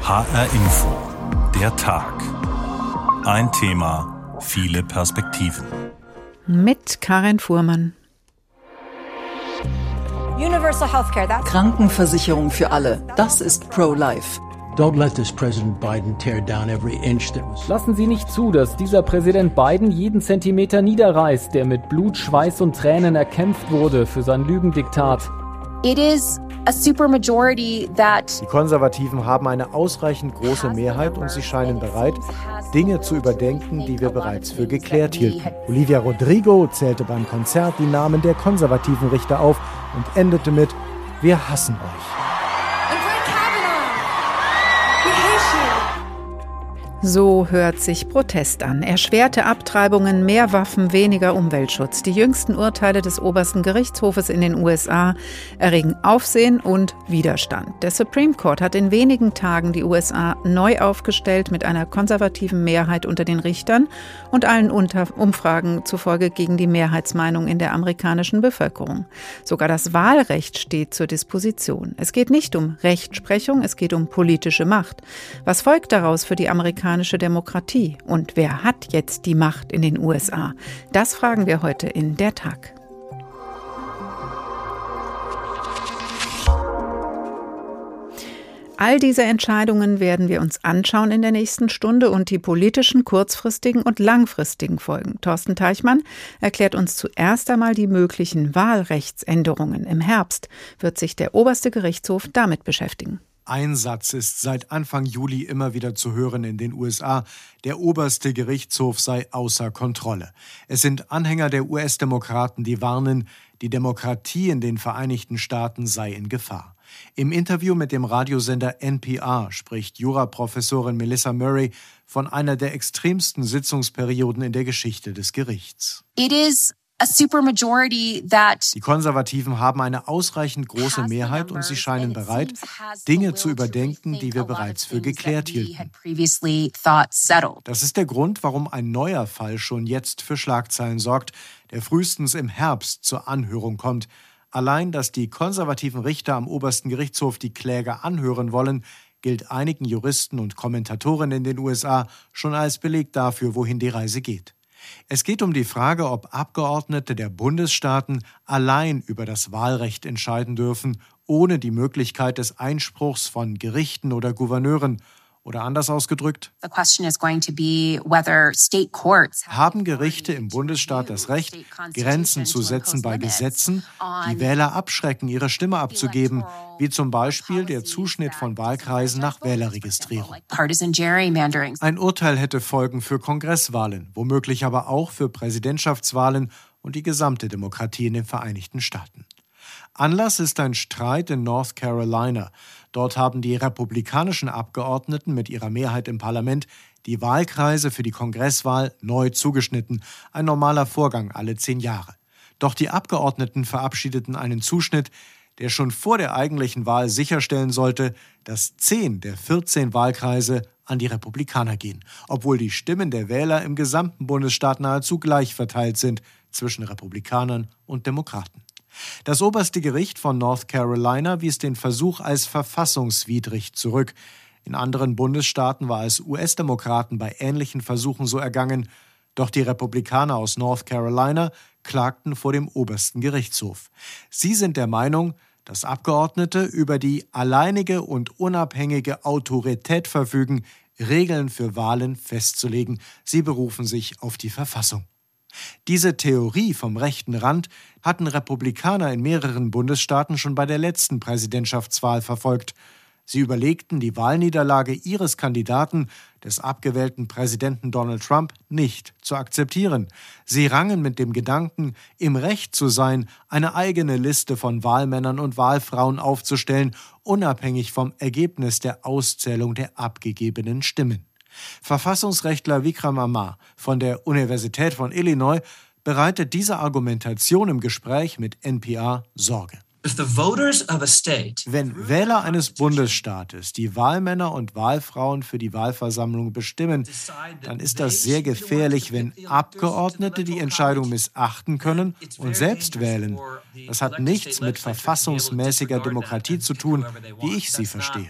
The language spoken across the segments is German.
HR Info, der Tag. Ein Thema, viele Perspektiven. Mit Karin Fuhrmann. Krankenversicherung für alle, das ist Pro-Life. Don't let this President Biden tear down every inch that was. Lassen Sie nicht zu, dass dieser Präsident Biden jeden Zentimeter niederreißt, der mit Blut, Schweiß und Tränen erkämpft wurde für sein Lügendiktat. It is a supermajority that Die Konservativen haben eine ausreichend große Mehrheit und sie scheinen bereit, Dinge zu überdenken, die wir bereits für geklärt hielten. Olivia Rodrigo zählte beim Konzert die Namen der konservativen Richter auf und endete mit: Wir hassen euch. So hört sich Protest an. Erschwerte Abtreibungen, mehr Waffen, weniger Umweltschutz. Die jüngsten Urteile des obersten Gerichtshofes in den USA erregen Aufsehen und Widerstand. Der Supreme Court hat in wenigen Tagen die USA neu aufgestellt mit einer konservativen Mehrheit unter den Richtern und allen Umfragen zufolge gegen die Mehrheitsmeinung in der amerikanischen Bevölkerung. Sogar das Wahlrecht steht zur Disposition. Es geht nicht um Rechtsprechung, es geht um politische Macht. Was folgt daraus für die amerikanische Demokratie? Und wer hat jetzt die Macht in den USA? Das fragen wir heute in der Tag. All diese Entscheidungen werden wir uns anschauen in der nächsten Stunde und die politischen, kurzfristigen und langfristigen Folgen. Thorsten Teichmann erklärt uns zuerst einmal die möglichen Wahlrechtsänderungen. Im Herbst wird sich der oberste Gerichtshof damit beschäftigen. Ein Satz ist seit Anfang Juli immer wieder zu hören in den USA: Der oberste Gerichtshof sei außer Kontrolle. Es sind Anhänger der US-Demokraten, die warnen, die Demokratie in den Vereinigten Staaten sei in Gefahr. Im Interview mit dem Radiosender NPR spricht Juraprofessorin Melissa Murray von einer der extremsten Sitzungsperioden in der Geschichte des Gerichts. it is a supermajority that Die Konservativen haben eine ausreichend große Mehrheit und sie scheinen bereit, Dinge zu überdenken, die wir bereits für geklärt hielten. Das ist der Grund, warum ein neuer Fall schon jetzt für Schlagzeilen sorgt, der frühestens im Herbst zur Anhörung kommt. Allein, dass die konservativen Richter am obersten Gerichtshof die Kläger anhören wollen, gilt einigen Juristen und Kommentatoren in den USA schon als Beleg dafür, wohin die Reise geht. Es geht um die Frage, ob Abgeordnete der Bundesstaaten allein über das Wahlrecht entscheiden dürfen, ohne die Möglichkeit des Einspruchs von Gerichten oder Gouverneuren. Oder anders ausgedrückt: Haben Gerichte im Bundesstaat das Recht, Grenzen zu setzen bei Gesetzen, die Wähler abschrecken, ihre Stimme abzugeben, wie zum Beispiel der Zuschnitt von Wahlkreisen nach Wählerregistrierung? Ein Urteil hätte Folgen für Kongresswahlen, womöglich aber auch für Präsidentschaftswahlen und die gesamte Demokratie in den Vereinigten Staaten. Anlass ist ein Streit in North Carolina. Dort haben die republikanischen Abgeordneten mit ihrer Mehrheit im Parlament die Wahlkreise für die Kongresswahl neu zugeschnitten. Ein normaler Vorgang alle 10 Jahre. Doch die Abgeordneten verabschiedeten einen Zuschnitt, der schon vor der eigentlichen Wahl sicherstellen sollte, dass 10 der 14 Wahlkreise an die Republikaner gehen, obwohl die Stimmen der Wähler im gesamten Bundesstaat nahezu gleich verteilt sind zwischen Republikanern und Demokraten. Das oberste Gericht von North Carolina wies den Versuch als verfassungswidrig zurück. In anderen Bundesstaaten war es US-Demokraten bei ähnlichen Versuchen so ergangen. Doch die Republikaner aus North Carolina klagten vor dem obersten Gerichtshof. Sie sind der Meinung, dass Abgeordnete über die alleinige und unabhängige Autorität verfügen, Regeln für Wahlen festzulegen. Sie berufen sich auf die Verfassung. Diese Theorie vom rechten Rand hatten Republikaner in mehreren Bundesstaaten schon bei der letzten Präsidentschaftswahl verfolgt. Sie überlegten, die Wahlniederlage ihres Kandidaten, des abgewählten Präsidenten Donald Trump, nicht zu akzeptieren. Sie rangen mit dem Gedanken, im Recht zu sein, eine eigene Liste von Wahlmännern und Wahlfrauen aufzustellen, unabhängig vom Ergebnis der Auszählung der abgegebenen Stimmen. Verfassungsrechtler Vikram Amar von der Universität von Illinois bereitet diese Argumentation im Gespräch mit NPR Sorge. Wenn Wähler eines Bundesstaates die Wahlmänner und Wahlfrauen für die Wahlversammlung bestimmen, dann ist das sehr gefährlich, wenn Abgeordnete die Entscheidung missachten können und selbst wählen. Das hat nichts mit verfassungsmäßiger Demokratie zu tun, wie ich sie verstehe.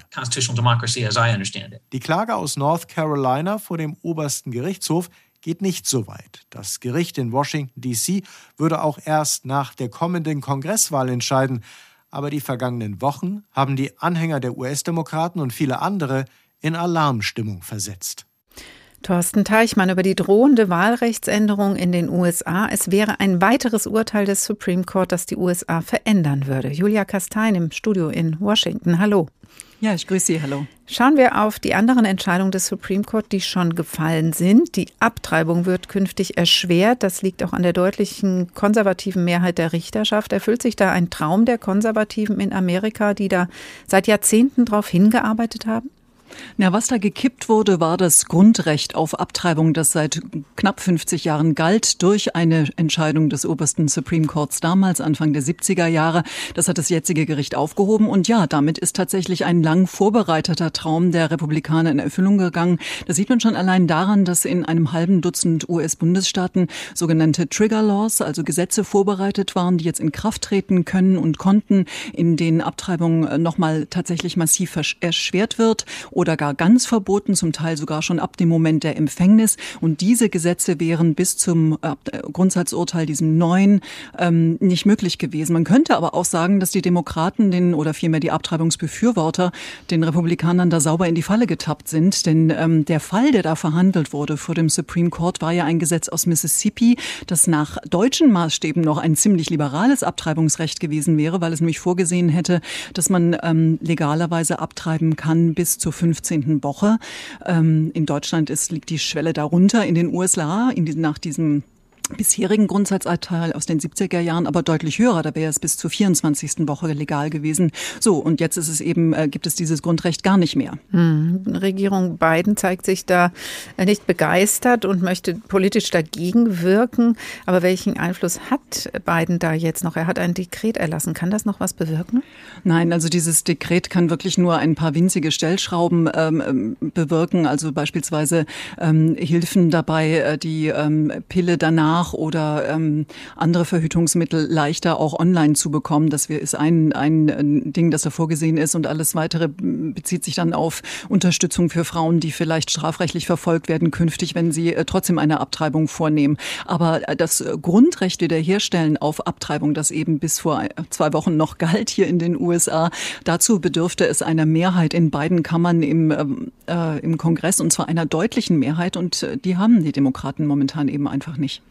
Die Klage aus North Carolina vor dem obersten Gerichtshof geht nicht so weit. Das Gericht in Washington, D.C. würde auch erst nach der kommenden Kongresswahl entscheiden. Aber die vergangenen Wochen haben die Anhänger der US-Demokraten und viele andere in Alarmstimmung versetzt. Thorsten Teichmann über die drohende Wahlrechtsänderung in den USA. Es wäre ein weiteres Urteil des Supreme Court, das die USA verändern würde. Julia Kastein im Studio in Washington. Hallo. Ja, ich grüße Sie. Hallo. Schauen wir auf die anderen Entscheidungen des Supreme Court, die schon gefallen sind. Die Abtreibung wird künftig erschwert. Das liegt auch an der deutlichen konservativen Mehrheit der Richterschaft. Erfüllt sich da ein Traum der Konservativen in Amerika, die da seit Jahrzehnten darauf hingearbeitet haben? Na, was da gekippt wurde, war das Grundrecht auf Abtreibung, das seit knapp 50 Jahren galt, durch eine Entscheidung des obersten Supreme Courts damals, Anfang der 70er Jahre. Das hat das jetzige Gericht aufgehoben. Und ja, damit ist tatsächlich ein lang vorbereiteter Traum der Republikaner in Erfüllung gegangen. Das sieht man schon allein daran, dass in einem halben Dutzend US-Bundesstaaten sogenannte Trigger Laws, also Gesetze vorbereitet waren, die jetzt in Kraft treten können und konnten, in denen Abtreibung nochmal tatsächlich massiv erschwert wird oder gar ganz verboten, zum Teil sogar schon ab dem Moment der Empfängnis. Und diese Gesetze wären bis zum Grundsatzurteil, diesem neuen, nicht möglich gewesen. Man könnte aber auch sagen, dass die Demokraten oder vielmehr die Abtreibungsbefürworter den Republikanern da sauber in die Falle getappt sind. Denn der Fall, der da verhandelt wurde vor dem Supreme Court, war ja ein Gesetz aus Mississippi, das nach deutschen Maßstäben noch ein ziemlich liberales Abtreibungsrecht gewesen wäre, weil es nämlich vorgesehen hätte, dass man legalerweise abtreiben kann bis zur 15. Woche. In Deutschland liegt die Schwelle darunter. In den USA, nach diesem bisherigen Grundsatzurteil aus den 70er Jahren, aber deutlich höher. Da wäre es bis zur 24. Woche legal gewesen. So, und jetzt ist es eben, gibt es dieses Grundrecht gar nicht mehr. Regierung Biden zeigt sich da nicht begeistert und möchte politisch dagegen wirken. Aber welchen Einfluss hat Biden da jetzt noch? Er hat ein Dekret erlassen. Kann das noch was bewirken? Nein, also dieses Dekret kann wirklich nur ein paar winzige Stellschrauben bewirken. Also beispielsweise Hilfen dabei, die Pille danach oder andere Verhütungsmittel leichter auch online zu bekommen. Das ist ein Ding, das da vorgesehen ist, und alles Weitere bezieht sich dann auf Unterstützung für Frauen, die vielleicht strafrechtlich verfolgt werden künftig, wenn sie trotzdem eine Abtreibung vornehmen. Aber das Grundrecht wiederherstellen auf Abtreibung, das eben bis vor 2 Wochen noch galt hier in den USA, dazu bedürfte es einer Mehrheit in beiden Kammern im Kongress, und zwar einer deutlichen Mehrheit, und die haben die Demokraten momentan eben einfach nicht.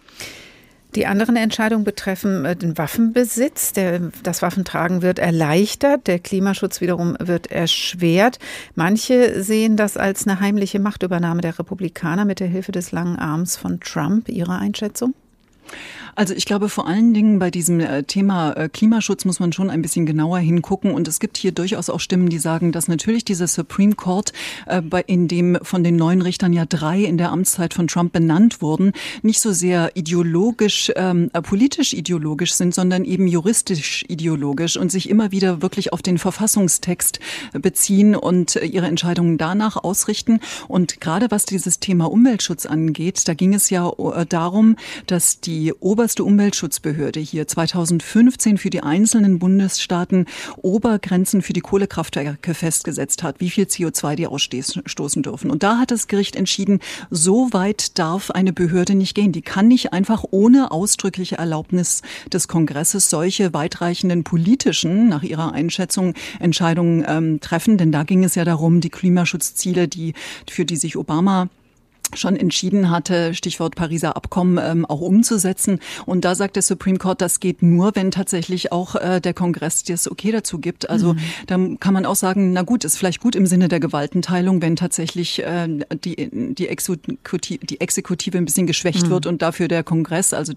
Die anderen Entscheidungen betreffen den Waffenbesitz. Das Waffentragen wird erleichtert, der Klimaschutz wiederum wird erschwert. Manche sehen das als eine heimliche Machtübernahme der Republikaner mit der Hilfe des langen Arms von Trump. Ihre Einschätzung? Also ich glaube, vor allen Dingen bei diesem Thema Klimaschutz muss man schon ein bisschen genauer hingucken. Und es gibt hier durchaus auch Stimmen, die sagen, dass natürlich dieser Supreme Court, in dem von den 9 Richtern ja 3 in der Amtszeit von Trump benannt wurden, nicht so sehr ideologisch, politisch ideologisch sind, sondern eben juristisch ideologisch und sich immer wieder wirklich auf den Verfassungstext beziehen und ihre Entscheidungen danach ausrichten. Und gerade was dieses Thema Umweltschutz angeht, da ging es ja darum, dass die oberste Umweltschutzbehörde hier 2015 für die einzelnen Bundesstaaten Obergrenzen für die Kohlekraftwerke festgesetzt hat, wie viel CO2 die ausstoßen dürfen. Und da hat das Gericht entschieden, so weit darf eine Behörde nicht gehen. Die kann nicht einfach ohne ausdrückliche Erlaubnis des Kongresses solche weitreichenden politischen, nach ihrer Einschätzung, Entscheidungen treffen. Denn da ging es ja darum, die Klimaschutzziele, für die sich Obama schon entschieden hatte, Stichwort Pariser Abkommen, auch umzusetzen. Und da sagt der Supreme Court, das geht nur, wenn tatsächlich auch der Kongress das Okay dazu gibt. Also dann kann man auch sagen, na gut, ist vielleicht gut im Sinne der Gewaltenteilung, wenn tatsächlich die Exekutive ein bisschen geschwächt wird und dafür der Kongress, also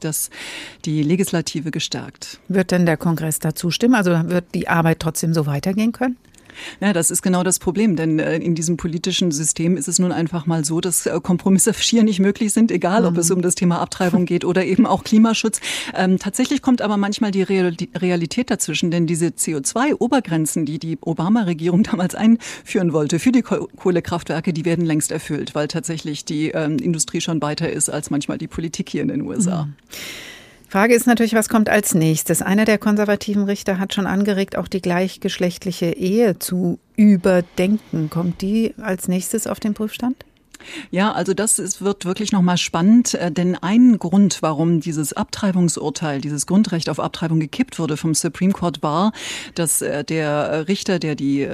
die Legislative, gestärkt. Wird denn der Kongress da zustimmen? Also wird die Arbeit trotzdem so weitergehen können? Ja, das ist genau das Problem, denn in diesem politischen System ist es nun einfach mal so, dass Kompromisse schier nicht möglich sind, egal ob es um das Thema Abtreibung geht oder eben auch Klimaschutz. Tatsächlich kommt aber manchmal die Realität dazwischen, denn diese CO2-Obergrenzen, die die Obama-Regierung damals einführen wollte für die Kohlekraftwerke, die werden längst erfüllt, weil tatsächlich die Industrie schon weiter ist als manchmal die Politik hier in den USA. Frage ist natürlich, was kommt als nächstes? Einer der konservativen Richter hat schon angeregt, auch die gleichgeschlechtliche Ehe zu überdenken. Kommt die als nächstes auf den Prüfstand? Ja, also wird wirklich nochmal spannend, denn ein Grund, warum dieses Abtreibungsurteil, dieses Grundrecht auf Abtreibung gekippt wurde vom Supreme Court war, dass der Richter, der die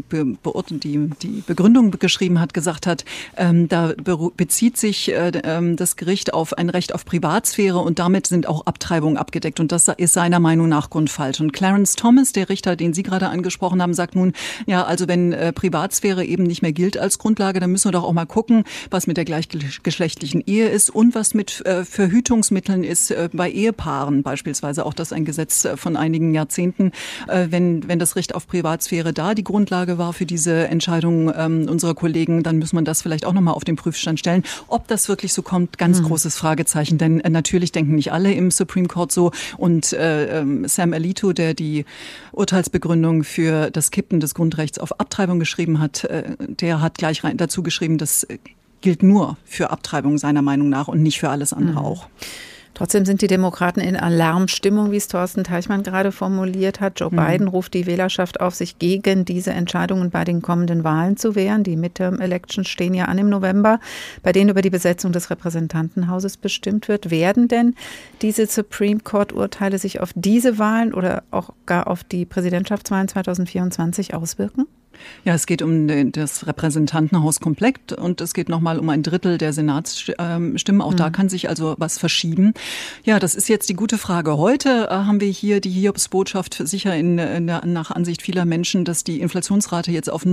Begründung geschrieben hat, gesagt hat, da bezieht sich das Gericht auf ein Recht auf Privatsphäre und damit sind auch Abtreibungen abgedeckt und das ist seiner Meinung nach grundfalsch. Und Clarence Thomas, der Richter, den Sie gerade angesprochen haben, sagt nun, ja, also wenn Privatsphäre eben nicht mehr gilt als Grundlage, dann müssen wir doch auch mal gucken, was mit der gleichgeschlechtlichen Ehe ist und was mit Verhütungsmitteln ist bei Ehepaaren beispielsweise. Auch das ein Gesetz von einigen Jahrzehnten. Wenn das Recht auf Privatsphäre da die Grundlage war für diese Entscheidung unserer Kollegen, dann muss man das vielleicht auch nochmal auf den Prüfstand stellen. Ob das wirklich so kommt, ganz großes Fragezeichen. Denn natürlich denken nicht alle im Supreme Court so. Und Sam Alito, der die Urteilsbegründung für das Kippen des Grundrechts auf Abtreibung geschrieben hat, der hat gleich dazu geschrieben, dass gilt nur für Abtreibung seiner Meinung nach und nicht für alles andere auch. Trotzdem sind die Demokraten in Alarmstimmung, wie es Thorsten Teichmann gerade formuliert hat. Joe Biden ruft die Wählerschaft auf, sich gegen diese Entscheidungen bei den kommenden Wahlen zu wehren. Die Midterm-Elections stehen ja an im November, bei denen über die Besetzung des Repräsentantenhauses bestimmt wird. Werden denn diese Supreme Court-Urteile sich auf diese Wahlen oder auch gar auf die Präsidentschaftswahlen 2024 auswirken? Ja, es geht um das Repräsentantenhaus komplett und es geht nochmal um ein Drittel der Senatsstimmen. Auch da kann sich also was verschieben. Ja, das ist jetzt die gute Frage. Heute haben wir hier die Hiobsbotschaft sicher nach Ansicht vieler Menschen, dass die Inflationsrate jetzt auf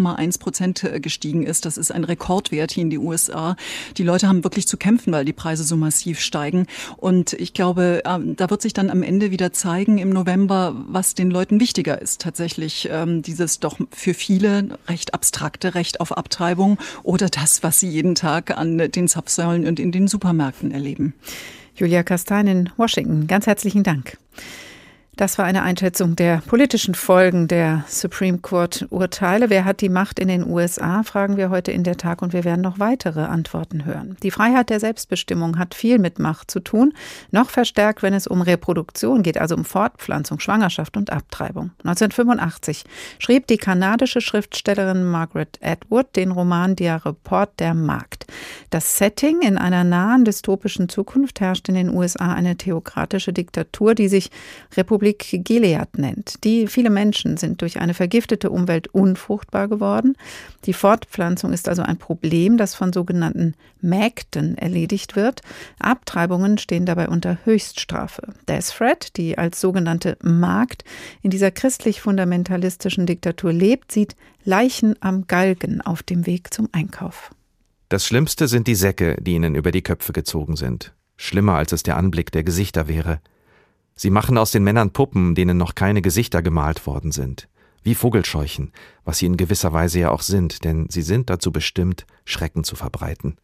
9,1% gestiegen ist. Das ist ein Rekordwert hier in den USA. Die Leute haben wirklich zu kämpfen, weil die Preise so massiv steigen. Und ich glaube, da wird sich dann am Ende wieder zeigen im November, was den Leuten wichtiger ist. Tatsächlich dieses doch für viele recht abstrakte Recht auf Abtreibung oder das, was sie jeden Tag an den Zapfsäulen und in den Supermärkten erleben. Julia Kastein in Washington, ganz herzlichen Dank. Das war eine Einschätzung der politischen Folgen der Supreme Court-Urteile. Wer hat die Macht in den USA, fragen wir heute in der Tag und wir werden noch weitere Antworten hören. Die Freiheit der Selbstbestimmung hat viel mit Macht zu tun, noch verstärkt, wenn es um Reproduktion geht, also um Fortpflanzung, Schwangerschaft und Abtreibung. 1985 schrieb die kanadische Schriftstellerin Margaret Atwood den Roman Der Report der Magd. Das Setting: in einer nahen dystopischen Zukunft herrscht in den USA eine theokratische Diktatur, die sich Republik Gilead nennt. Viele Menschen sind durch eine vergiftete Umwelt unfruchtbar geworden. Die Fortpflanzung ist also ein Problem, das von sogenannten Mägden erledigt wird. Abtreibungen stehen dabei unter Höchststrafe. Des Fred, die als sogenannte Magd in dieser christlich-fundamentalistischen Diktatur lebt, sieht Leichen am Galgen auf dem Weg zum Einkauf. Das Schlimmste sind die Säcke, die ihnen über die Köpfe gezogen sind. Schlimmer, als es der Anblick der Gesichter wäre. Sie machen aus den Männern Puppen, denen noch keine Gesichter gemalt worden sind. Wie Vogelscheuchen, was sie in gewisser Weise ja auch sind, denn sie sind dazu bestimmt, Schrecken zu verbreiten.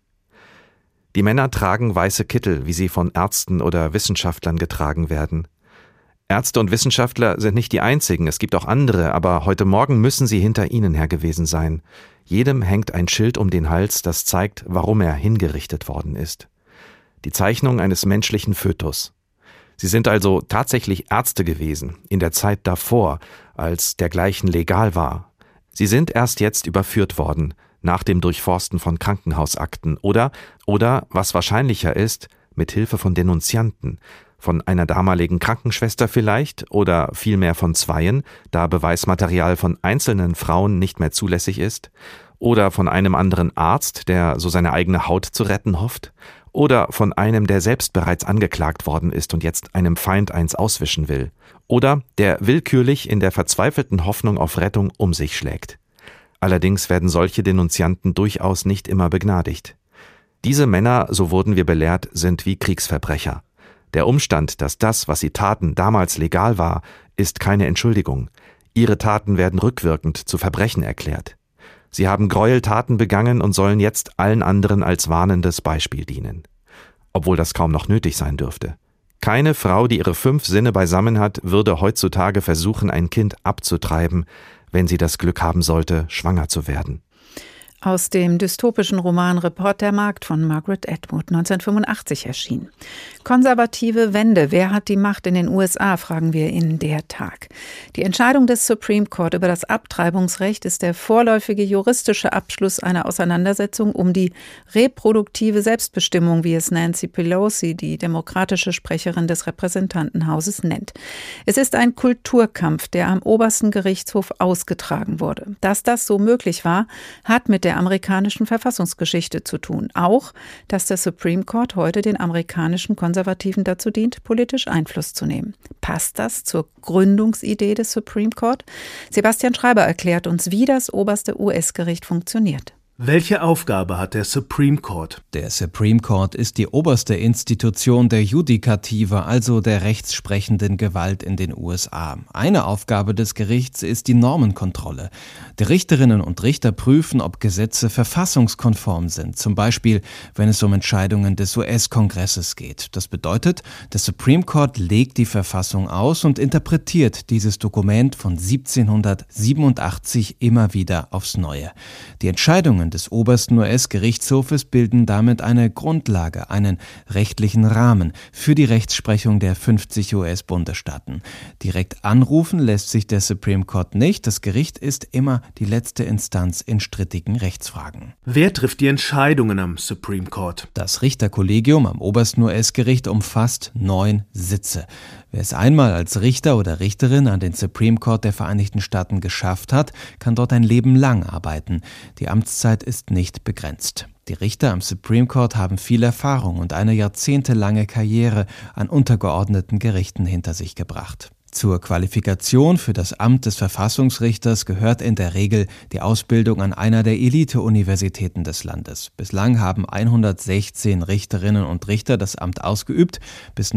Die Männer tragen weiße Kittel, wie sie von Ärzten oder Wissenschaftlern getragen werden. Ärzte und Wissenschaftler sind nicht die einzigen, es gibt auch andere, aber heute Morgen müssen sie hinter ihnen her gewesen sein. Jedem hängt ein Schild um den Hals, das zeigt, warum er hingerichtet worden ist. Die Zeichnung eines menschlichen Fötus. Sie sind also tatsächlich Ärzte gewesen, in der Zeit davor, als dergleichen legal war. Sie sind erst jetzt überführt worden, nach dem Durchforsten von Krankenhausakten oder, was wahrscheinlicher ist, mit Hilfe von Denunzianten, von einer damaligen Krankenschwester vielleicht oder vielmehr von zweien, da Beweismaterial von einzelnen Frauen nicht mehr zulässig ist, oder von einem anderen Arzt, der so seine eigene Haut zu retten hofft, oder von einem, der selbst bereits angeklagt worden ist und jetzt einem Feind eins auswischen will, oder der willkürlich in der verzweifelten Hoffnung auf Rettung um sich schlägt. Allerdings werden solche Denunzianten durchaus nicht immer begnadigt. Diese Männer, so wurden wir belehrt, sind wie Kriegsverbrecher. Der Umstand, dass das, was sie taten, damals legal war, ist keine Entschuldigung. Ihre Taten werden rückwirkend zu Verbrechen erklärt. Sie haben Gräueltaten begangen und sollen jetzt allen anderen als warnendes Beispiel dienen. Obwohl das kaum noch nötig sein dürfte. Keine Frau, die ihre 5 Sinne beisammen hat, würde heutzutage versuchen, ein Kind abzutreiben, wenn sie das Glück haben sollte, schwanger zu werden. Aus dem dystopischen Roman Report der Markt von Margaret Atwood, 1985 erschienen. Konservative Wende. Wer hat die Macht in den USA, fragen wir in Der Tag. Die Entscheidung des Supreme Court über das Abtreibungsrecht ist der vorläufige juristische Abschluss einer Auseinandersetzung um die reproduktive Selbstbestimmung, wie es Nancy Pelosi, die demokratische Sprecherin des Repräsentantenhauses, nennt. Es ist ein Kulturkampf, der am obersten Gerichtshof ausgetragen wurde. Dass das so möglich war, hat mit der amerikanischen Verfassungsgeschichte zu tun. Auch, dass der Supreme Court heute den amerikanischen Konservativen dazu dient, politisch Einfluss zu nehmen. Passt das zur Gründungsidee des Supreme Court? Sebastian Schreiber erklärt uns, wie das oberste US-Gericht funktioniert. Welche Aufgabe hat der Supreme Court? Der Supreme Court ist die oberste Institution der Judikative, also der rechtsprechenden Gewalt in den USA. Eine Aufgabe des Gerichts ist die Normenkontrolle. Die Richterinnen und Richter prüfen, ob Gesetze verfassungskonform sind, zum Beispiel, wenn es um Entscheidungen des US-Kongresses geht. Das bedeutet, der Supreme Court legt die Verfassung aus und interpretiert dieses Dokument von 1787 immer wieder aufs Neue. Die Entscheidungen des obersten US-Gerichtshofes bilden damit eine Grundlage, einen rechtlichen Rahmen für die Rechtsprechung der 50 US-Bundesstaaten. Direkt anrufen lässt sich der Supreme Court nicht. Das Gericht ist immer die letzte Instanz in strittigen Rechtsfragen. Wer trifft die Entscheidungen am Supreme Court? Das Richterkollegium am obersten US-Gericht umfasst 9 Sitze. Wer es einmal als Richter oder Richterin an den Supreme Court der Vereinigten Staaten geschafft hat, kann dort ein Leben lang arbeiten. Die Amtszeit ist nicht begrenzt. Die Richter am Supreme Court haben viel Erfahrung und eine jahrzehntelange Karriere an untergeordneten Gerichten hinter sich gebracht. Zur Qualifikation für das Amt des Verfassungsrichters gehört in der Regel die Ausbildung an einer der Elite-Universitäten des Landes. Bislang haben 116 Richterinnen und Richter das Amt ausgeübt. Bis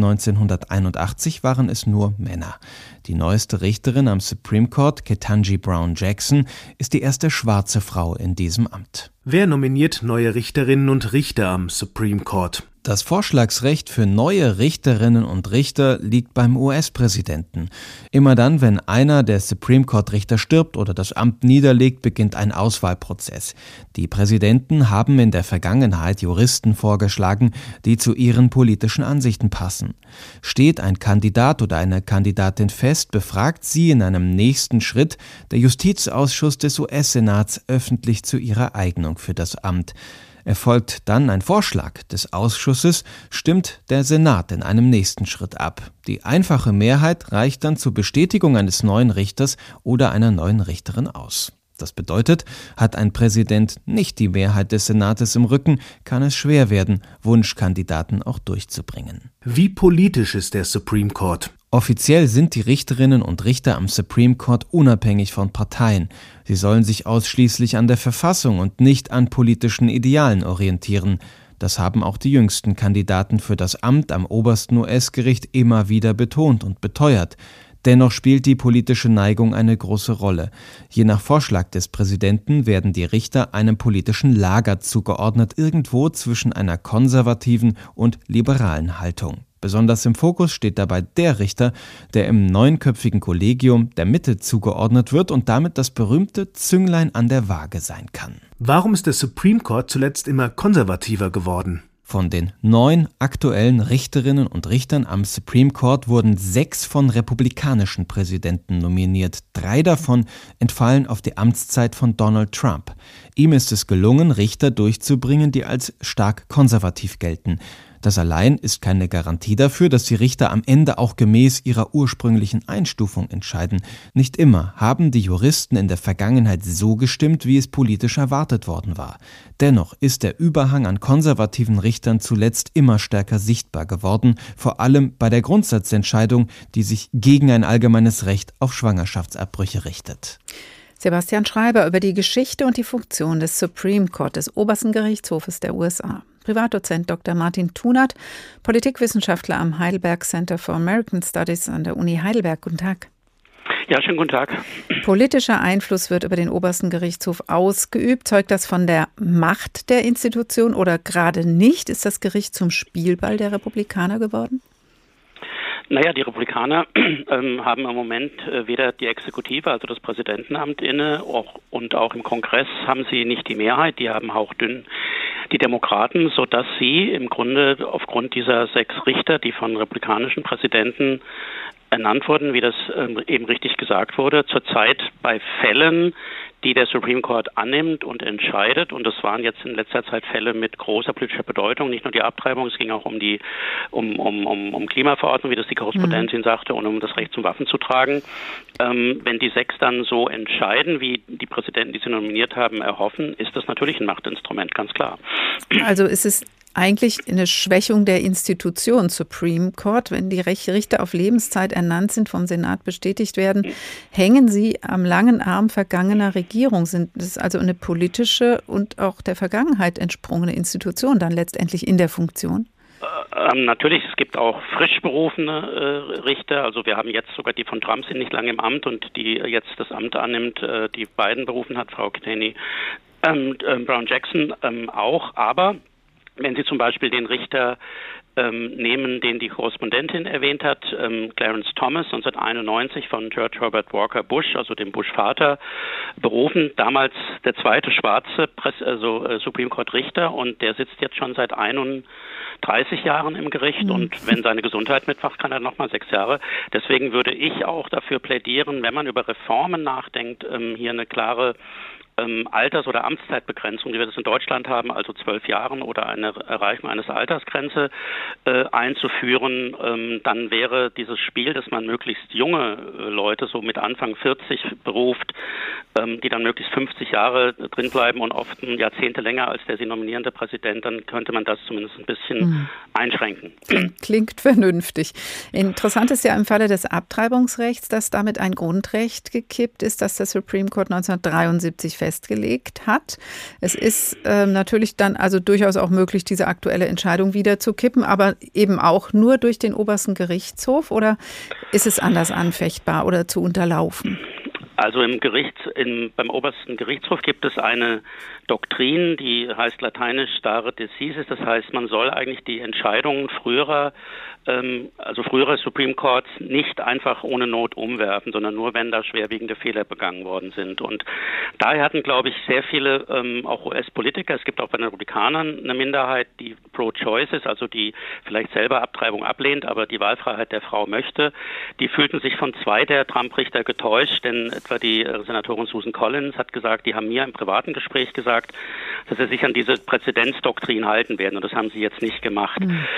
1981 waren es nur Männer. Die neueste Richterin am Supreme Court, Ketanji Brown Jackson, ist die erste schwarze Frau in diesem Amt. Wer nominiert neue Richterinnen und Richter am Supreme Court? Das Vorschlagsrecht für neue Richterinnen und Richter liegt beim US-Präsidenten. Immer dann, wenn einer der Supreme Court-Richter stirbt oder das Amt niederlegt, beginnt ein Auswahlprozess. Die Präsidenten haben in der Vergangenheit Juristen vorgeschlagen, die zu ihren politischen Ansichten passen. Steht ein Kandidat oder eine Kandidatin fest, befragt sie in einem nächsten Schritt der Justizausschuss des US-Senats öffentlich zu ihrer Eignung für das Amt. Erfolgt dann ein Vorschlag des Ausschusses, stimmt der Senat in einem nächsten Schritt ab. Die einfache Mehrheit reicht dann zur Bestätigung eines neuen Richters oder einer neuen Richterin aus. Das bedeutet, hat ein Präsident nicht die Mehrheit des Senates im Rücken, kann es schwer werden, Wunschkandidaten auch durchzubringen. Wie politisch ist der Supreme Court? Offiziell sind die Richterinnen und Richter am Supreme Court unabhängig von Parteien. Sie sollen sich ausschließlich an der Verfassung und nicht an politischen Idealen orientieren. Das haben auch die jüngsten Kandidaten für das Amt am obersten US-Gericht immer wieder betont und beteuert. Dennoch spielt die politische Neigung eine große Rolle. Je nach Vorschlag des Präsidenten werden die Richter einem politischen Lager zugeordnet, irgendwo zwischen einer konservativen und liberalen Haltung. Besonders im Fokus steht dabei der Richter, der im 9-köpfigen Kollegium der Mitte zugeordnet wird und damit das berühmte Zünglein an der Waage sein kann. Warum ist der Supreme Court zuletzt immer konservativer geworden? Von den 9 aktuellen Richterinnen und Richtern am Supreme Court wurden 6 von republikanischen Präsidenten nominiert. 3 davon entfallen auf die Amtszeit von Donald Trump. Ihm ist es gelungen, Richter durchzubringen, die als stark konservativ gelten. Das allein ist keine Garantie dafür, dass die Richter am Ende auch gemäß ihrer ursprünglichen Einstufung entscheiden. Nicht immer haben die Juristen in der Vergangenheit so gestimmt, wie es politisch erwartet worden war. Dennoch ist der Überhang an konservativen Richtern zuletzt immer stärker sichtbar geworden, vor allem bei der Grundsatzentscheidung, die sich gegen ein allgemeines Recht auf Schwangerschaftsabbrüche richtet. Sebastian Schreiber über die Geschichte und die Funktion des Supreme Court, des obersten Gerichtshofes der USA. Privatdozent Dr. Martin Thunert, Politikwissenschaftler am Heidelberg Center for American Studies an der Uni Heidelberg. Guten Tag. Ja, schönen guten Tag. Politischer Einfluss wird über den obersten Gerichtshof ausgeübt. Zeugt das von der Macht der Institution oder gerade nicht? Ist das Gericht zum Spielball der Republikaner geworden? Naja, die Republikaner haben im Moment weder die Exekutive, also das Präsidentenamt inne, und auch im Kongress haben sie nicht die Mehrheit. Die haben hauchdünn die Demokraten, sodass sie im Grunde aufgrund dieser 6 Richter, die von republikanischen Präsidenten ernannt wurden, wie das eben richtig gesagt wurde, zurzeit bei Fällen, die der Supreme Court annimmt und entscheidet, und das waren jetzt in letzter Zeit Fälle mit großer politischer Bedeutung, nicht nur die Abtreibung, es ging auch um die Klimaverordnung, wie das die Korrespondentin sagte, und um das Recht zum Waffen zu tragen. Wenn die 6 dann so entscheiden, wie die Präsidenten, die sie nominiert haben, erhoffen, ist das natürlich ein Machtinstrument, ganz klar. Also ist es eigentlich eine Schwächung der Institution Supreme Court, wenn die Richter auf Lebenszeit ernannt sind, vom Senat bestätigt werden, hängen sie am langen Arm vergangener Regierung. Das ist also eine politische und auch der Vergangenheit entsprungene Institution dann letztendlich in der Funktion? Natürlich, es gibt auch frisch berufene Richter. Also wir haben jetzt sogar die von Trump sind nicht lange im Amt und die jetzt das Amt annimmt, die Biden berufen hat, Frau Ketanji Brown Jackson auch. Aber wenn Sie zum Beispiel den Richter nehmen, den die Korrespondentin erwähnt hat, Clarence Thomas, 1991 von George Herbert Walker Bush, also dem Bush-Vater, berufen, damals der zweite schwarze Supreme Court Richter, und der sitzt jetzt schon seit 31 Jahren im Gericht, und wenn seine Gesundheit mitmacht, kann er nochmal 6 Jahre. Deswegen würde ich auch dafür plädieren, wenn man über Reformen nachdenkt, hier eine klare Alters- oder Amtszeitbegrenzung, wie wir das in Deutschland haben, also 12 Jahren oder eine Erreichung eines Altersgrenze einzuführen, dann wäre dieses Spiel, dass man möglichst junge Leute so mit Anfang 40 beruft, die dann möglichst 50 Jahre drin bleiben und oft Jahrzehnte länger als der sie nominierende Präsident, dann könnte man das zumindest ein bisschen einschränken. Klingt vernünftig. Interessant ist ja im Falle des Abtreibungsrechts, dass damit ein Grundrecht gekippt ist, das der Supreme Court 1973 festgelegt hat. Es ist natürlich dann also durchaus auch möglich, diese aktuelle Entscheidung wieder zu kippen, aber eben auch nur durch den obersten Gerichtshof, oder ist es anders anfechtbar oder zu unterlaufen? Also beim obersten Gerichtshof gibt es eine Doktrin, die heißt lateinisch stare decisis, das heißt, man soll eigentlich die Entscheidungen früherer Supreme Courts nicht einfach ohne Not umwerfen, sondern nur, wenn da schwerwiegende Fehler begangen worden sind. Und daher hatten, glaube ich, sehr viele auch US-Politiker, es gibt auch bei den Republikanern eine Minderheit, die pro-choice ist, also die vielleicht selber Abtreibung ablehnt, aber die Wahlfreiheit der Frau möchte. Die fühlten sich von 2 der Trump-Richter getäuscht, denn etwa die Senatorin Susan Collins hat gesagt, die haben mir im privaten Gespräch gesagt, dass sie sich an diese Präzedenzdoktrin halten werden, und das haben sie jetzt nicht gemacht.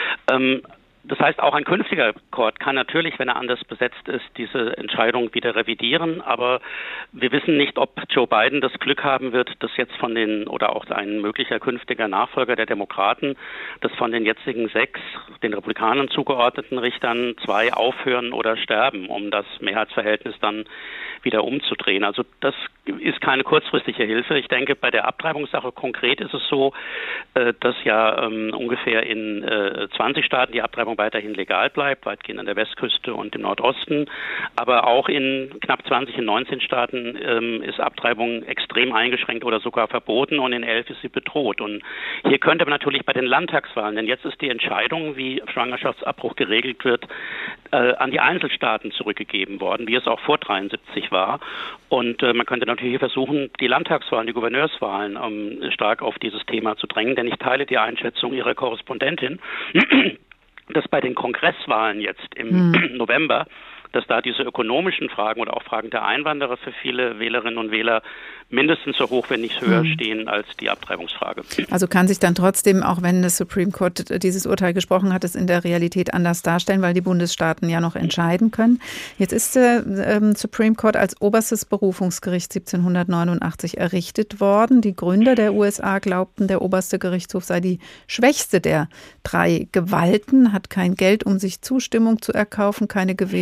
Das heißt, auch ein künftiger Court kann natürlich, wenn er anders besetzt ist, diese Entscheidung wieder revidieren. Aber wir wissen nicht, ob Joe Biden das Glück haben wird, dass jetzt oder auch ein möglicher künftiger Nachfolger der Demokraten, dass von den jetzigen 6 den Republikanern zugeordneten Richtern 2 aufhören oder sterben, um das Mehrheitsverhältnis dann wieder umzudrehen. Also das ist keine kurzfristige Hilfe. Ich denke, bei der Abtreibungssache konkret ist es so, dass ja ungefähr in 20 Staaten die Abtreibung weiterhin legal bleibt, weitgehend an der Westküste und im Nordosten. Aber auch in knapp 20 in 19 Staaten ist Abtreibung extrem eingeschränkt oder sogar verboten, und in 11 ist sie bedroht. Und hier könnte man natürlich bei den Landtagswahlen, denn jetzt ist die Entscheidung, wie Schwangerschaftsabbruch geregelt wird, an die Einzelstaaten zurückgegeben worden, wie es auch vor 73 war. Und man könnte natürlich versuchen, die Landtagswahlen, die Gouverneurswahlen stark auf dieses Thema zu drängen, denn ich teile die Einschätzung Ihrer Korrespondentin, dass bei den Kongresswahlen jetzt im November, dass da diese ökonomischen Fragen oder auch Fragen der Einwanderer für viele Wählerinnen und Wähler mindestens so hoch, wenn nicht höher stehen als die Abtreibungsfrage. Also kann sich dann trotzdem, auch wenn das Supreme Court dieses Urteil gesprochen hat, es in der Realität anders darstellen, weil die Bundesstaaten ja noch entscheiden können. Jetzt ist der Supreme Court als oberstes Berufungsgericht 1789 errichtet worden. Die Gründer der USA glaubten, der oberste Gerichtshof sei die schwächste der 3 Gewalten, hat kein Geld, um sich Zustimmung zu erkaufen, keine Gewehre,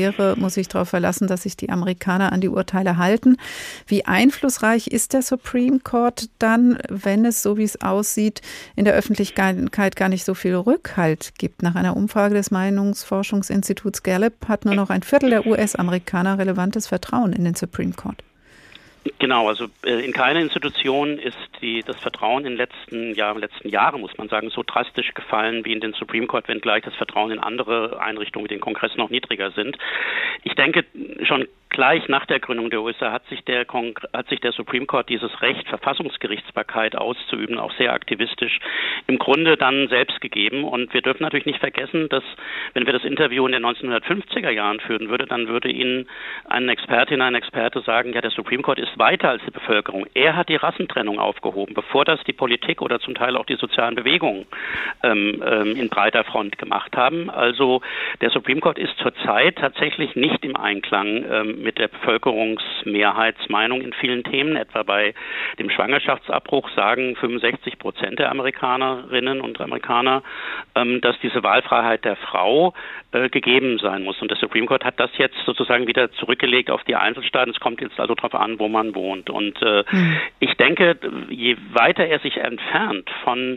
muss sich darauf verlassen, dass sich die Amerikaner an die Urteile halten. Wie einflussreich ist der Supreme Court dann, wenn es, so wie es aussieht, in der Öffentlichkeit gar nicht so viel Rückhalt gibt? Nach einer Umfrage des Meinungsforschungsinstituts Gallup hat nur noch ein Viertel der US-Amerikaner relevantes Vertrauen in den Supreme Court. Genau, also in keiner Institution ist das Vertrauen in den letzten Jahren, muss man sagen, so drastisch gefallen wie in den Supreme Court, wenngleich das Vertrauen in andere Einrichtungen wie den Kongress noch niedriger sind. Ich denke, schon gleich nach der Gründung der USA hat sich der Supreme Court dieses Recht, Verfassungsgerichtsbarkeit auszuüben, auch sehr aktivistisch im Grunde dann selbst gegeben. Und wir dürfen natürlich nicht vergessen, dass, wenn wir das Interview in den 1950er Jahren führen würden, dann würde Ihnen eine Expertin, ein Experte sagen, ja, der Supreme Court ist weiter als die Bevölkerung. Er hat die Rassentrennung aufgehoben, bevor das die Politik oder zum Teil auch die sozialen Bewegungen in breiter Front gemacht haben. Also der Supreme Court ist zurzeit tatsächlich nicht im Einklang mit der Bevölkerungsmehrheitsmeinung in vielen Themen. Etwa bei dem Schwangerschaftsabbruch sagen 65% der Amerikanerinnen und Amerikaner, dass diese Wahlfreiheit der Frau gegeben sein muss. Und der Supreme Court hat das jetzt sozusagen wieder zurückgelegt auf die Einzelstaaten. Es kommt jetzt also darauf an, wo man wohnt. Und ich denke, je weiter er sich entfernt von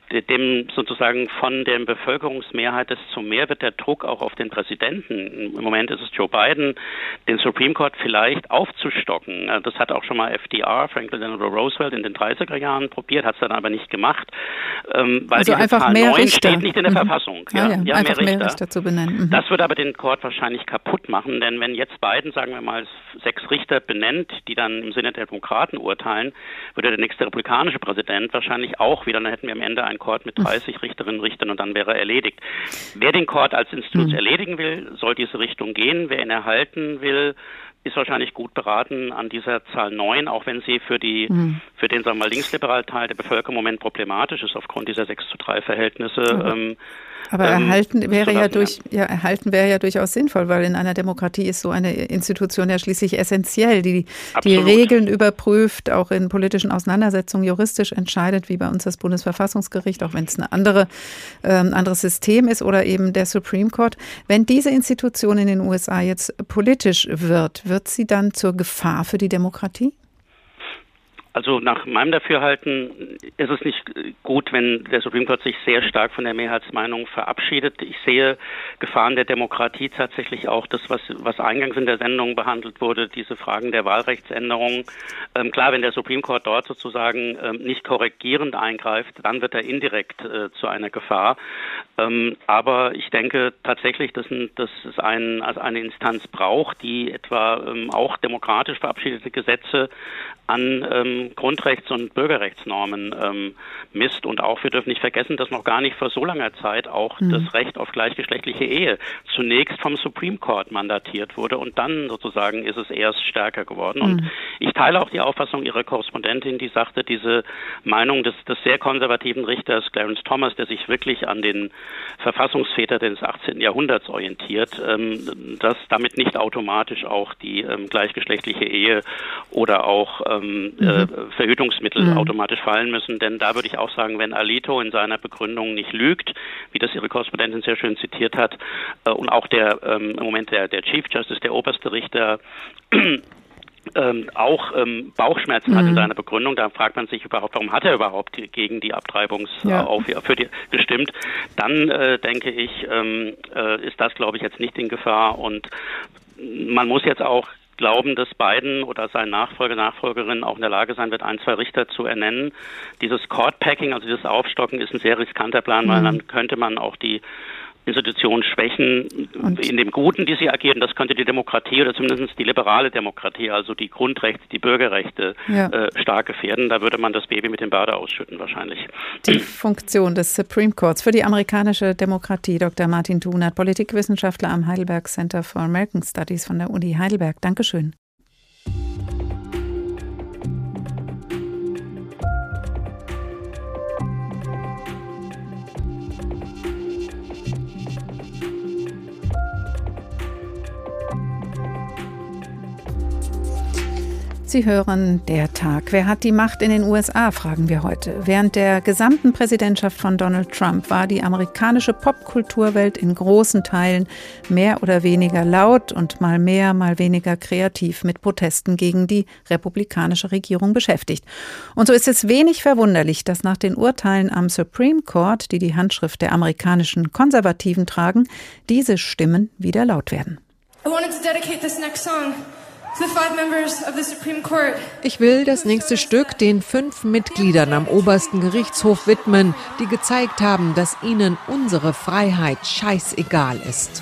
der Bevölkerungsmehrheit, desto mehr wird der Druck auch auf den Präsidenten. Im Moment ist es Joe Biden, den Supreme Court vielleicht aufzustocken. Das hat auch schon mal FDR, Franklin Delano Roosevelt, in den 30er Jahren probiert, hat es dann aber nicht gemacht, weil also diese einfach Zahl mehr 9 Richter. steht nicht in der Verfassung. Einfach mehr Richter zu benennen. Das würde aber den Court wahrscheinlich kaputt machen, denn wenn jetzt Biden, sagen wir mal, 6 Richter benennt, die dann im Sinne der Demokraten urteilen, würde der nächste republikanische Präsident wahrscheinlich auch wieder, dann hätten wir am Ende einen Court mit 30 Richterinnen und Richtern und dann wäre er erledigt. Wer den Court als Institut erledigen will, soll diese Richtung gehen. Wer ihn erhalten will, ist wahrscheinlich gut beraten an dieser Zahl 9, auch wenn sie für den, sagen wir mal, linksliberalen Teil der Bevölkerung im Moment problematisch ist aufgrund dieser 6:3 Verhältnisse. Aber erhalten wäre ja durchaus sinnvoll, weil in einer Demokratie ist so eine Institution ja schließlich essentiell, die Regeln überprüft, auch in politischen Auseinandersetzungen juristisch entscheidet, wie bei uns das Bundesverfassungsgericht, auch wenn es ein anderes System ist oder eben der Supreme Court. Wenn diese Institution in den USA jetzt politisch wird sie dann zur Gefahr für die Demokratie? Also nach meinem Dafürhalten ist es nicht gut, wenn der Supreme Court sich sehr stark von der Mehrheitsmeinung verabschiedet. Ich sehe Gefahren der Demokratie tatsächlich auch, das, was eingangs in der Sendung behandelt wurde, diese Fragen der Wahlrechtsänderung. Klar, wenn der Supreme Court dort sozusagen nicht korrigierend eingreift, dann wird er indirekt zu einer Gefahr. Aber ich denke tatsächlich, dass es eine Instanz braucht, die etwa auch demokratisch verabschiedete Gesetze an Grundrechts- und Bürgerrechtsnormen misst. Und auch, wir dürfen nicht vergessen, dass noch gar nicht vor so langer Zeit auch das Recht auf gleichgeschlechtliche Ehe zunächst vom Supreme Court mandatiert wurde und dann sozusagen ist es erst stärker geworden. Und ich teile auch die Auffassung Ihrer Korrespondentin, die sagte, diese Meinung des sehr konservativen Richters Clarence Thomas, der sich wirklich an den Verfassungsväter des 18. Jahrhunderts orientiert, dass damit nicht automatisch auch die gleichgeschlechtliche Ehe oder auch Verhütungsmittel automatisch fallen müssen, denn da würde ich auch sagen, wenn Alito in seiner Begründung nicht lügt, wie das Ihre Korrespondentin sehr schön zitiert hat, und auch im Moment der Chief Justice, der oberste Richter, auch Bauchschmerzen hat in seiner Begründung, da fragt man sich überhaupt, warum hat er überhaupt gegen die gestimmt, dann denke ich, ist das, glaube ich, jetzt nicht in Gefahr und man muss jetzt auch glauben, dass Biden oder sein Nachfolgerin auch in der Lage sein wird, 1, 2 Richter zu ernennen. Dieses Court-Packing, also dieses Aufstocken, ist ein sehr riskanter Plan, weil dann könnte man auch die Institutionen schwächen in dem Guten, die sie agieren. Das könnte die Demokratie oder zumindest die liberale Demokratie, also die Grundrechte, die Bürgerrechte stark gefährden. Da würde man das Baby mit dem Bade ausschütten wahrscheinlich. Die Funktion des Supreme Courts für die amerikanische Demokratie. Dr. Martin Thunert, Politikwissenschaftler am Heidelberg Center for American Studies von der Uni Heidelberg. Dankeschön. Sie hören der Tag. Wer hat die Macht in den USA, fragen wir heute. Während der gesamten Präsidentschaft von Donald Trump war die amerikanische Popkulturwelt in großen Teilen mehr oder weniger laut und mal mehr, mal weniger kreativ mit Protesten gegen die republikanische Regierung beschäftigt. Und so ist es wenig verwunderlich, dass nach den Urteilen am Supreme Court, die die Handschrift der amerikanischen Konservativen tragen, diese Stimmen wieder laut werden. I wanted to dedicate this next song. Ich will das nächste Stück den 5 Mitgliedern am obersten Gerichtshof widmen, die gezeigt haben, dass ihnen unsere Freiheit scheißegal ist.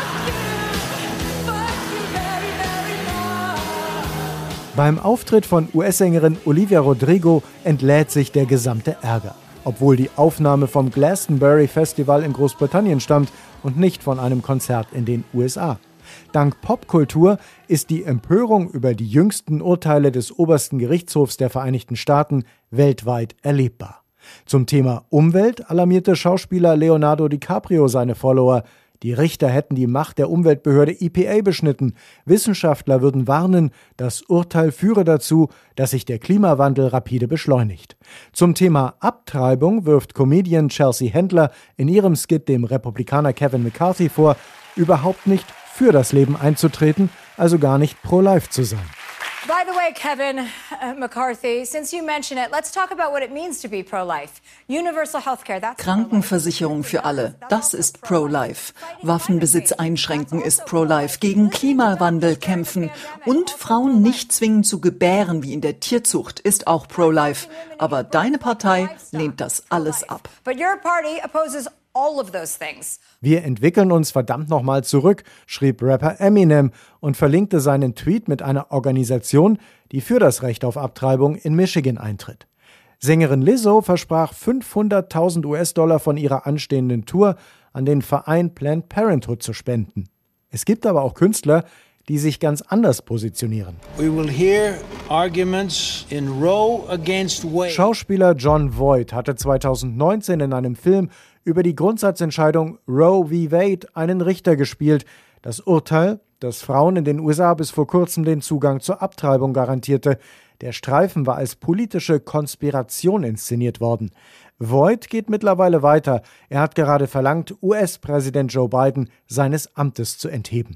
Beim Auftritt von US-Sängerin Olivia Rodrigo entlädt sich der gesamte Ärger. Obwohl die Aufnahme vom Glastonbury Festival in Großbritannien stammt und nicht von einem Konzert in den USA. Dank Popkultur ist die Empörung über die jüngsten Urteile des obersten Gerichtshofs der Vereinigten Staaten weltweit erlebbar. Zum Thema Umwelt alarmierte Schauspieler Leonardo DiCaprio seine Follower. Die Richter hätten die Macht der Umweltbehörde EPA beschnitten. Wissenschaftler würden warnen, das Urteil führe dazu, dass sich der Klimawandel rapide beschleunigt. Zum Thema Abtreibung wirft Comedian Chelsea Handler in ihrem Skit dem Republikaner Kevin McCarthy vor, überhaupt nicht für das Leben einzutreten, also gar nicht pro-life zu sein. By the way, Kevin McCarthy, since you mention it, let's talk about what it means to be pro-life. Universal healthcare, that's Krankenversicherung für alle, das ist pro-life. Waffenbesitz einschränken ist pro-life. Gegen Klimawandel kämpfen und Frauen nicht zwingen zu gebären wie in der Tierzucht ist auch pro-life. Aber deine Partei lehnt das alles ab. But your party opposes all of those things. Wir entwickeln uns verdammt nochmal zurück, schrieb Rapper Eminem und verlinkte seinen Tweet mit einer Organisation, die für das Recht auf Abtreibung in Michigan eintritt. Sängerin Lizzo versprach 500.000 US-Dollar von ihrer anstehenden Tour an den Verein Planned Parenthood zu spenden. Es gibt aber auch Künstler, die sich ganz anders positionieren. We will hear arguments in Roe against Wade. Schauspieler Jon Voight hatte 2019 in einem Film über die Grundsatzentscheidung Roe v. Wade einen Richter gespielt. Das Urteil, das Frauen in den USA bis vor kurzem den Zugang zur Abtreibung garantierte. Der Streifen war als politische Konspiration inszeniert worden. Voight geht mittlerweile weiter. Er hat gerade verlangt, US-Präsident Joe Biden seines Amtes zu entheben.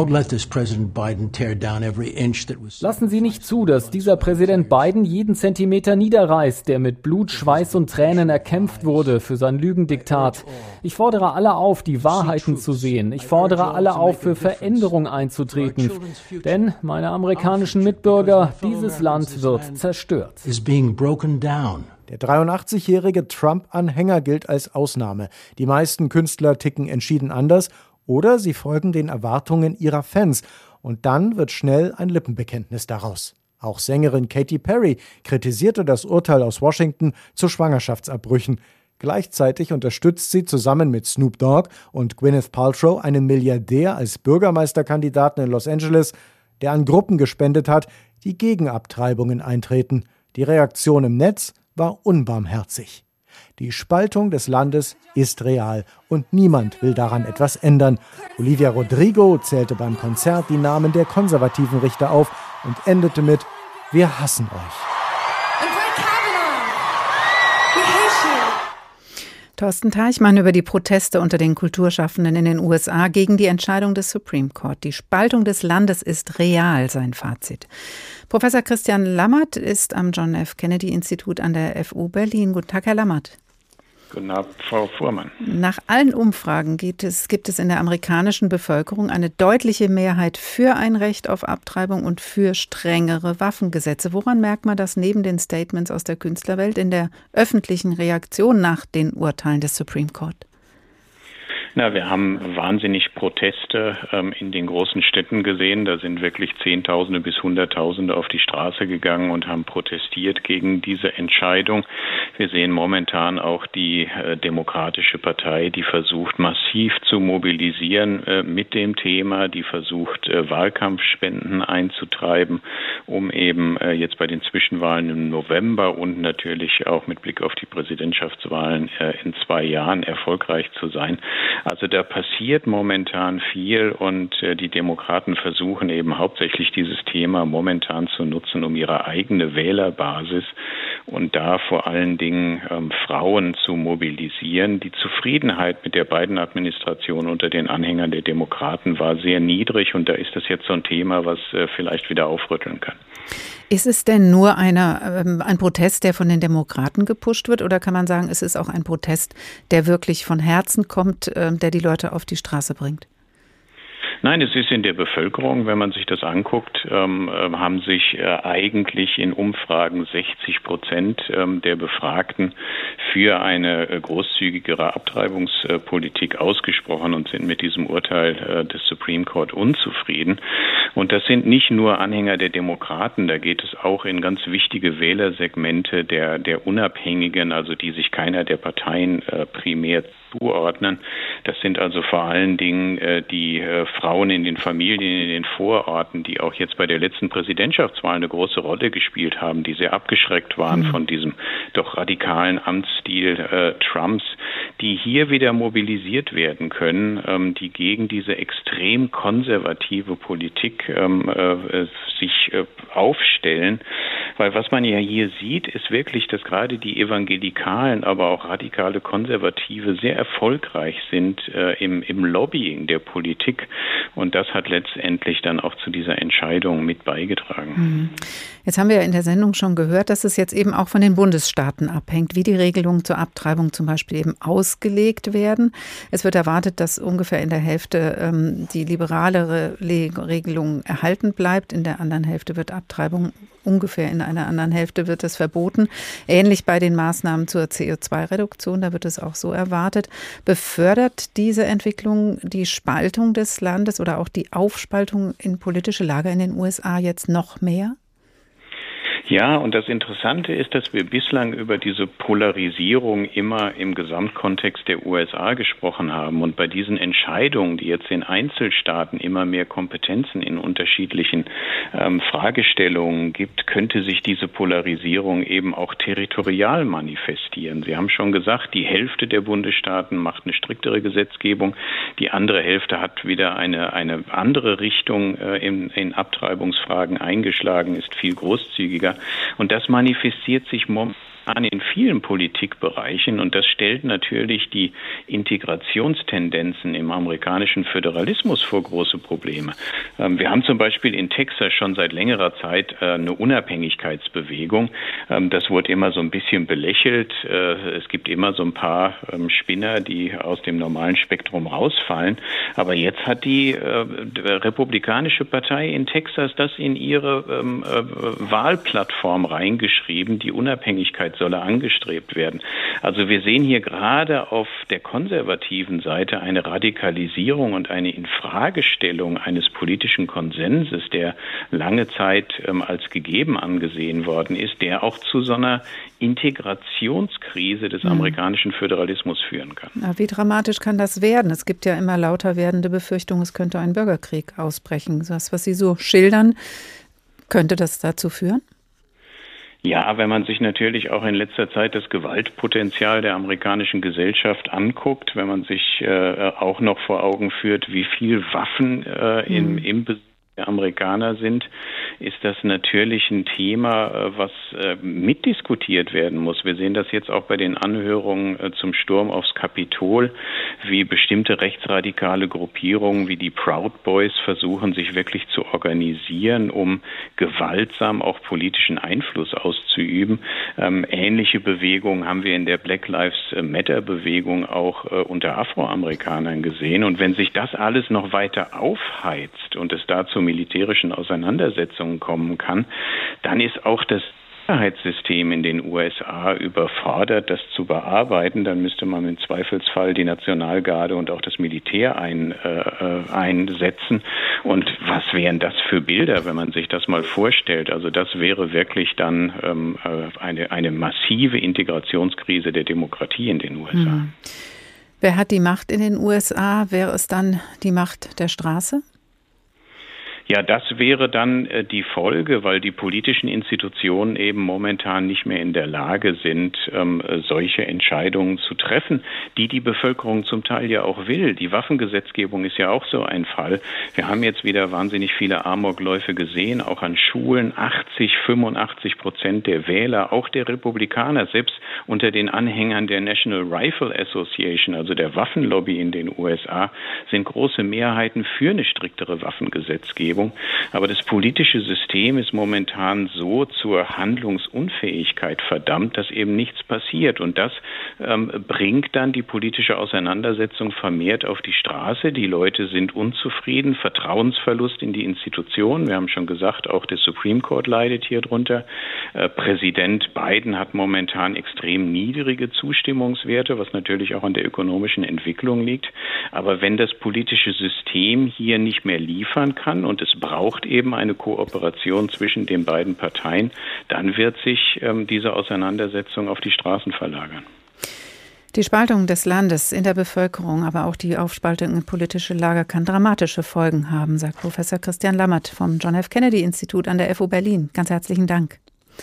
Lassen Sie nicht zu, dass dieser Präsident Biden jeden Zentimeter niederreißt, der mit Blut, Schweiß und Tränen erkämpft wurde für sein Lügendiktat. Ich fordere alle auf, die Wahrheiten zu sehen. Ich fordere alle auf, für Veränderung einzutreten. Denn, meine amerikanischen Mitbürger, dieses Land wird zerstört. Der 83-jährige Trump-Anhänger gilt als Ausnahme. Die meisten Künstler ticken entschieden anders oder sie folgen den Erwartungen ihrer Fans. Und dann wird schnell ein Lippenbekenntnis daraus. Auch Sängerin Katy Perry kritisierte das Urteil aus Washington zu Schwangerschaftsabbrüchen. Gleichzeitig unterstützt sie zusammen mit Snoop Dogg und Gwyneth Paltrow einen Milliardär als Bürgermeisterkandidaten in Los Angeles, der an Gruppen gespendet hat, die gegen Abtreibungen eintreten. Die Reaktion im Netz war unbarmherzig. Die Spaltung des Landes ist real und niemand will daran etwas ändern. Olivia Rodrigo zählte beim Konzert die Namen der konservativen Richter auf und endete mit: Wir hassen euch. Thorsten Teichmann über die Proteste unter den Kulturschaffenden in den USA gegen die Entscheidung des Supreme Court. Die Spaltung des Landes ist real, sein Fazit. Professor Christian Lammert ist am John F. Kennedy Institut an der FU Berlin. Guten Tag, Herr Lammert. Guten Abend, Frau Fuhrmann. Nach allen Umfragen gibt es in der amerikanischen Bevölkerung eine deutliche Mehrheit für ein Recht auf Abtreibung und für strengere Waffengesetze. Woran merkt man das neben den Statements aus der Künstlerwelt in der öffentlichen Reaktion nach den Urteilen des Supreme Court? Na, wir haben wahnsinnig Proteste in den großen Städten gesehen. Da sind wirklich Zehntausende bis Hunderttausende auf die Straße gegangen und haben protestiert gegen diese Entscheidung. Wir sehen momentan auch die Demokratische Partei, die versucht massiv zu mobilisieren mit dem Thema, die versucht Wahlkampfspenden einzutreiben, um eben jetzt bei den Zwischenwahlen im November und natürlich auch mit Blick auf die Präsidentschaftswahlen in 2 Jahren erfolgreich zu sein. Also da passiert momentan viel und die Demokraten versuchen eben hauptsächlich dieses Thema momentan zu nutzen, um ihre eigene Wählerbasis und da vor allen Dingen Frauen zu mobilisieren. Die Zufriedenheit mit der Biden-Administration unter den Anhängern der Demokraten war sehr niedrig und da ist das jetzt so ein Thema, was vielleicht wieder aufrütteln kann. Ist es denn nur ein Protest, der von den Demokraten gepusht wird, oder kann man sagen, es ist auch ein Protest, der wirklich von Herzen kommt, der die Leute auf die Straße bringt? Nein, es ist in der Bevölkerung, wenn man sich das anguckt, haben sich eigentlich in Umfragen 60% der Befragten für eine großzügigere Abtreibungspolitik ausgesprochen und sind mit diesem Urteil des Supreme Court unzufrieden. Und das sind nicht nur Anhänger der Demokraten, da geht es auch in ganz wichtige Wählersegmente der Unabhängigen, also die sich keiner der Parteien primär zuordnen. Das sind also vor allen Dingen die Frauen in den Familien, in den Vororten, die auch jetzt bei der letzten Präsidentschaftswahl eine große Rolle gespielt haben, die sehr abgeschreckt waren von diesem doch radikalen Amtsstil Trumps, die hier wieder mobilisiert werden können, die gegen diese extrem konservative Politik sich aufstellen. Weil was man ja hier sieht, ist wirklich, dass gerade die Evangelikalen, aber auch radikale Konservative sehr erfolgreich sind im Lobbying der Politik. Und das hat letztendlich dann auch zu dieser Entscheidung mit beigetragen. Jetzt haben wir ja in der Sendung schon gehört, dass es jetzt eben auch von den Bundesstaaten abhängt, wie die Regelungen zur Abtreibung zum Beispiel eben ausgelegt werden. Es wird erwartet, dass ungefähr in der Hälfte die liberalere Regelung erhalten bleibt. In der anderen Hälfte wird Abtreibung ungefähr in einer anderen Hälfte wird es verboten. Ähnlich bei den Maßnahmen zur CO2-Reduktion, da wird es auch so erwartet. Befördert diese Entwicklung die Spaltung des Landes oder auch die Aufspaltung in politische Lager in den USA jetzt noch mehr? Ja, und das Interessante ist, dass wir bislang über diese Polarisierung immer im Gesamtkontext der USA gesprochen haben. Und bei diesen Entscheidungen, die jetzt den Einzelstaaten immer mehr Kompetenzen in unterschiedlichen Fragestellungen gibt, könnte sich diese Polarisierung eben auch territorial manifestieren. Sie haben schon gesagt, die Hälfte der Bundesstaaten macht eine striktere Gesetzgebung. Die andere Hälfte hat wieder eine andere Richtung in Abtreibungsfragen eingeschlagen, ist viel großzügiger. Und das manifestiert sich momentan in vielen Politikbereichen und das stellt natürlich die Integrationstendenzen im amerikanischen Föderalismus vor große Probleme. Wir haben zum Beispiel in Texas schon seit längerer Zeit eine Unabhängigkeitsbewegung. Das wurde immer so ein bisschen belächelt. Es gibt immer so ein paar Spinner, die aus dem normalen Spektrum rausfallen. Aber jetzt hat die Republikanische Partei in Texas das in ihre Wahlplattform reingeschrieben, die Unabhängigkeit solle angestrebt werden. Also wir sehen hier gerade auf der konservativen Seite eine Radikalisierung und eine Infragestellung eines politischen Konsenses, der lange Zeit als gegeben angesehen worden ist, der auch zu so einer Integrationskrise des amerikanischen Föderalismus führen kann. Na, wie dramatisch kann das werden? Es gibt ja immer lauter werdende Befürchtungen, es könnte ein Bürgerkrieg ausbrechen. Das, was Sie so schildern, könnte das dazu führen? Ja, wenn man sich natürlich auch in letzter Zeit das Gewaltpotenzial der amerikanischen Gesellschaft anguckt, wenn man sich auch noch vor Augen führt, wie viel Waffen im Besitz der Amerikaner sind, ist das natürlich ein Thema, was mitdiskutiert werden muss. Wir sehen das jetzt auch bei den Anhörungen zum Sturm aufs Kapitol, wie bestimmte rechtsradikale Gruppierungen wie die Proud Boys versuchen, sich wirklich zu organisieren, um gewaltsam auch politischen Einfluss auszuüben. Ähnliche Bewegungen haben wir in der Black Lives Matter Bewegung auch unter Afroamerikanern gesehen. Und wenn sich das alles noch weiter aufheizt und es dazu militärischen Auseinandersetzungen kommen kann, dann ist auch das Sicherheitssystem in den USA überfordert, das zu bearbeiten, dann müsste man im Zweifelsfall die Nationalgarde und auch das Militär einsetzen. Und was wären das für Bilder, wenn man sich das mal vorstellt? Also das wäre wirklich dann eine massive Integrationskrise der Demokratie in den USA. Mhm. Wer hat die Macht in den USA? Wäre es dann die Macht der Straße? Ja, das wäre dann die Folge, weil die politischen Institutionen eben momentan nicht mehr in der Lage sind, solche Entscheidungen zu treffen, die Bevölkerung zum Teil ja auch will. Die Waffengesetzgebung ist ja auch so ein Fall. Wir haben jetzt wieder wahnsinnig viele Amokläufe gesehen, auch an Schulen. 85% der Wähler, auch der Republikaner, selbst unter den Anhängern der National Rifle Association, also der Waffenlobby in den USA, sind große Mehrheiten für eine striktere Waffengesetzgebung. Aber das politische System ist momentan so zur Handlungsunfähigkeit verdammt, dass eben nichts passiert. Und das bringt dann die politische Auseinandersetzung vermehrt auf die Straße. Die Leute sind unzufrieden, Vertrauensverlust in die Institutionen. Wir haben schon gesagt, auch der Supreme Court leidet hier drunter. Präsident Biden hat momentan extrem niedrige Zustimmungswerte, was natürlich auch an der ökonomischen Entwicklung liegt. Aber wenn das politische System hier nicht mehr liefern kann und es braucht eben eine Kooperation zwischen den beiden Parteien, dann wird sich diese Auseinandersetzung auf die Straßen verlagern. Die Spaltung des Landes in der Bevölkerung, aber auch die Aufspaltung in politische Lager kann dramatische Folgen haben, sagt Professor Christian Lammert vom John F. Kennedy Institut an der FU Berlin. Ganz herzlichen Dank.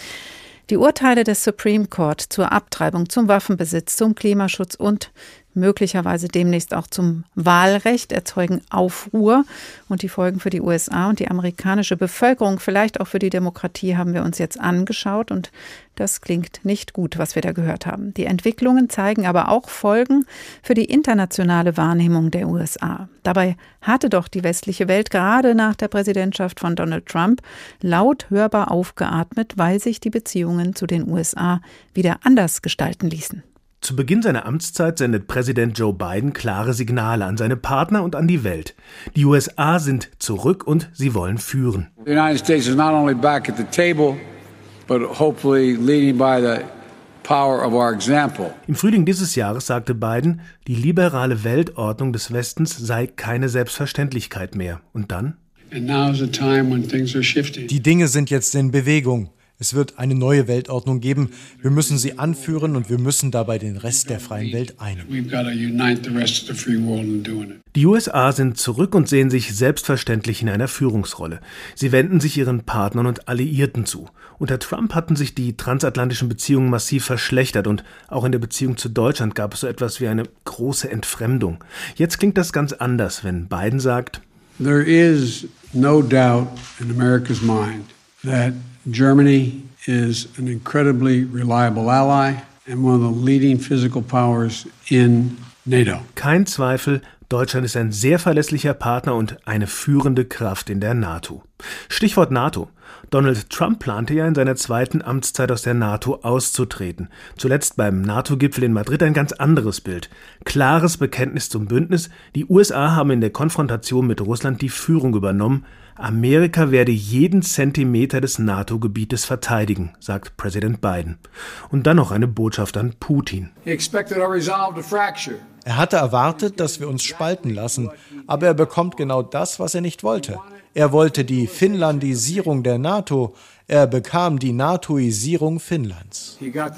Die Urteile des Supreme Court zur Abtreibung, zum Waffenbesitz, zum Klimaschutz und möglicherweise demnächst auch zum Wahlrecht erzeugen Aufruhr. Und die Folgen für die USA und die amerikanische Bevölkerung, vielleicht auch für die Demokratie, haben wir uns jetzt angeschaut. Und das klingt nicht gut, was wir da gehört haben. Die Entwicklungen zeigen aber auch Folgen für die internationale Wahrnehmung der USA. Dabei hatte doch die westliche Welt gerade nach der Präsidentschaft von Donald Trump laut hörbar aufgeatmet, weil sich die Beziehungen zu den USA wieder anders gestalten ließen. Zu Beginn seiner Amtszeit sendet Präsident Joe Biden klare Signale an seine Partner und an die Welt. Die USA sind zurück und sie wollen führen. The United States is not only back at the table, but hopefully leading by the power of our example. Im Frühling dieses Jahres sagte Biden, die liberale Weltordnung des Westens sei keine Selbstverständlichkeit mehr. Und dann? And now is a time when things are shifting. Die Dinge sind jetzt in Bewegung. Es wird eine neue Weltordnung geben. Wir müssen sie anführen und wir müssen dabei den Rest der freien Welt einen. Die USA sind zurück und sehen sich selbstverständlich in einer Führungsrolle. Sie wenden sich ihren Partnern und Alliierten zu. Unter Trump hatten sich die transatlantischen Beziehungen massiv verschlechtert und auch in der Beziehung zu Deutschland gab es so etwas wie eine große Entfremdung. Jetzt klingt das ganz anders, wenn Biden sagt: There is no doubt in America's mind that Germany is an incredibly reliable ally and one of the leading physical powers in NATO. Kein Zweifel, Deutschland ist ein sehr verlässlicher Partner und eine führende Kraft in der NATO. Stichwort NATO. Donald Trump plante ja in seiner zweiten Amtszeit aus der NATO auszutreten. Zuletzt beim NATO-Gipfel in Madrid ein ganz anderes Bild. Klares Bekenntnis zum Bündnis. Die USA haben in der Konfrontation mit Russland die Führung übernommen. Amerika werde jeden Zentimeter des NATO-Gebietes verteidigen, sagt Präsident Biden. Und dann noch eine Botschaft an Putin. Er hatte erwartet, dass wir uns spalten lassen, aber er bekommt genau das, was er nicht wollte. Er wollte die Finnlandisierung der NATO, er bekam die NATOisierung Finnlands.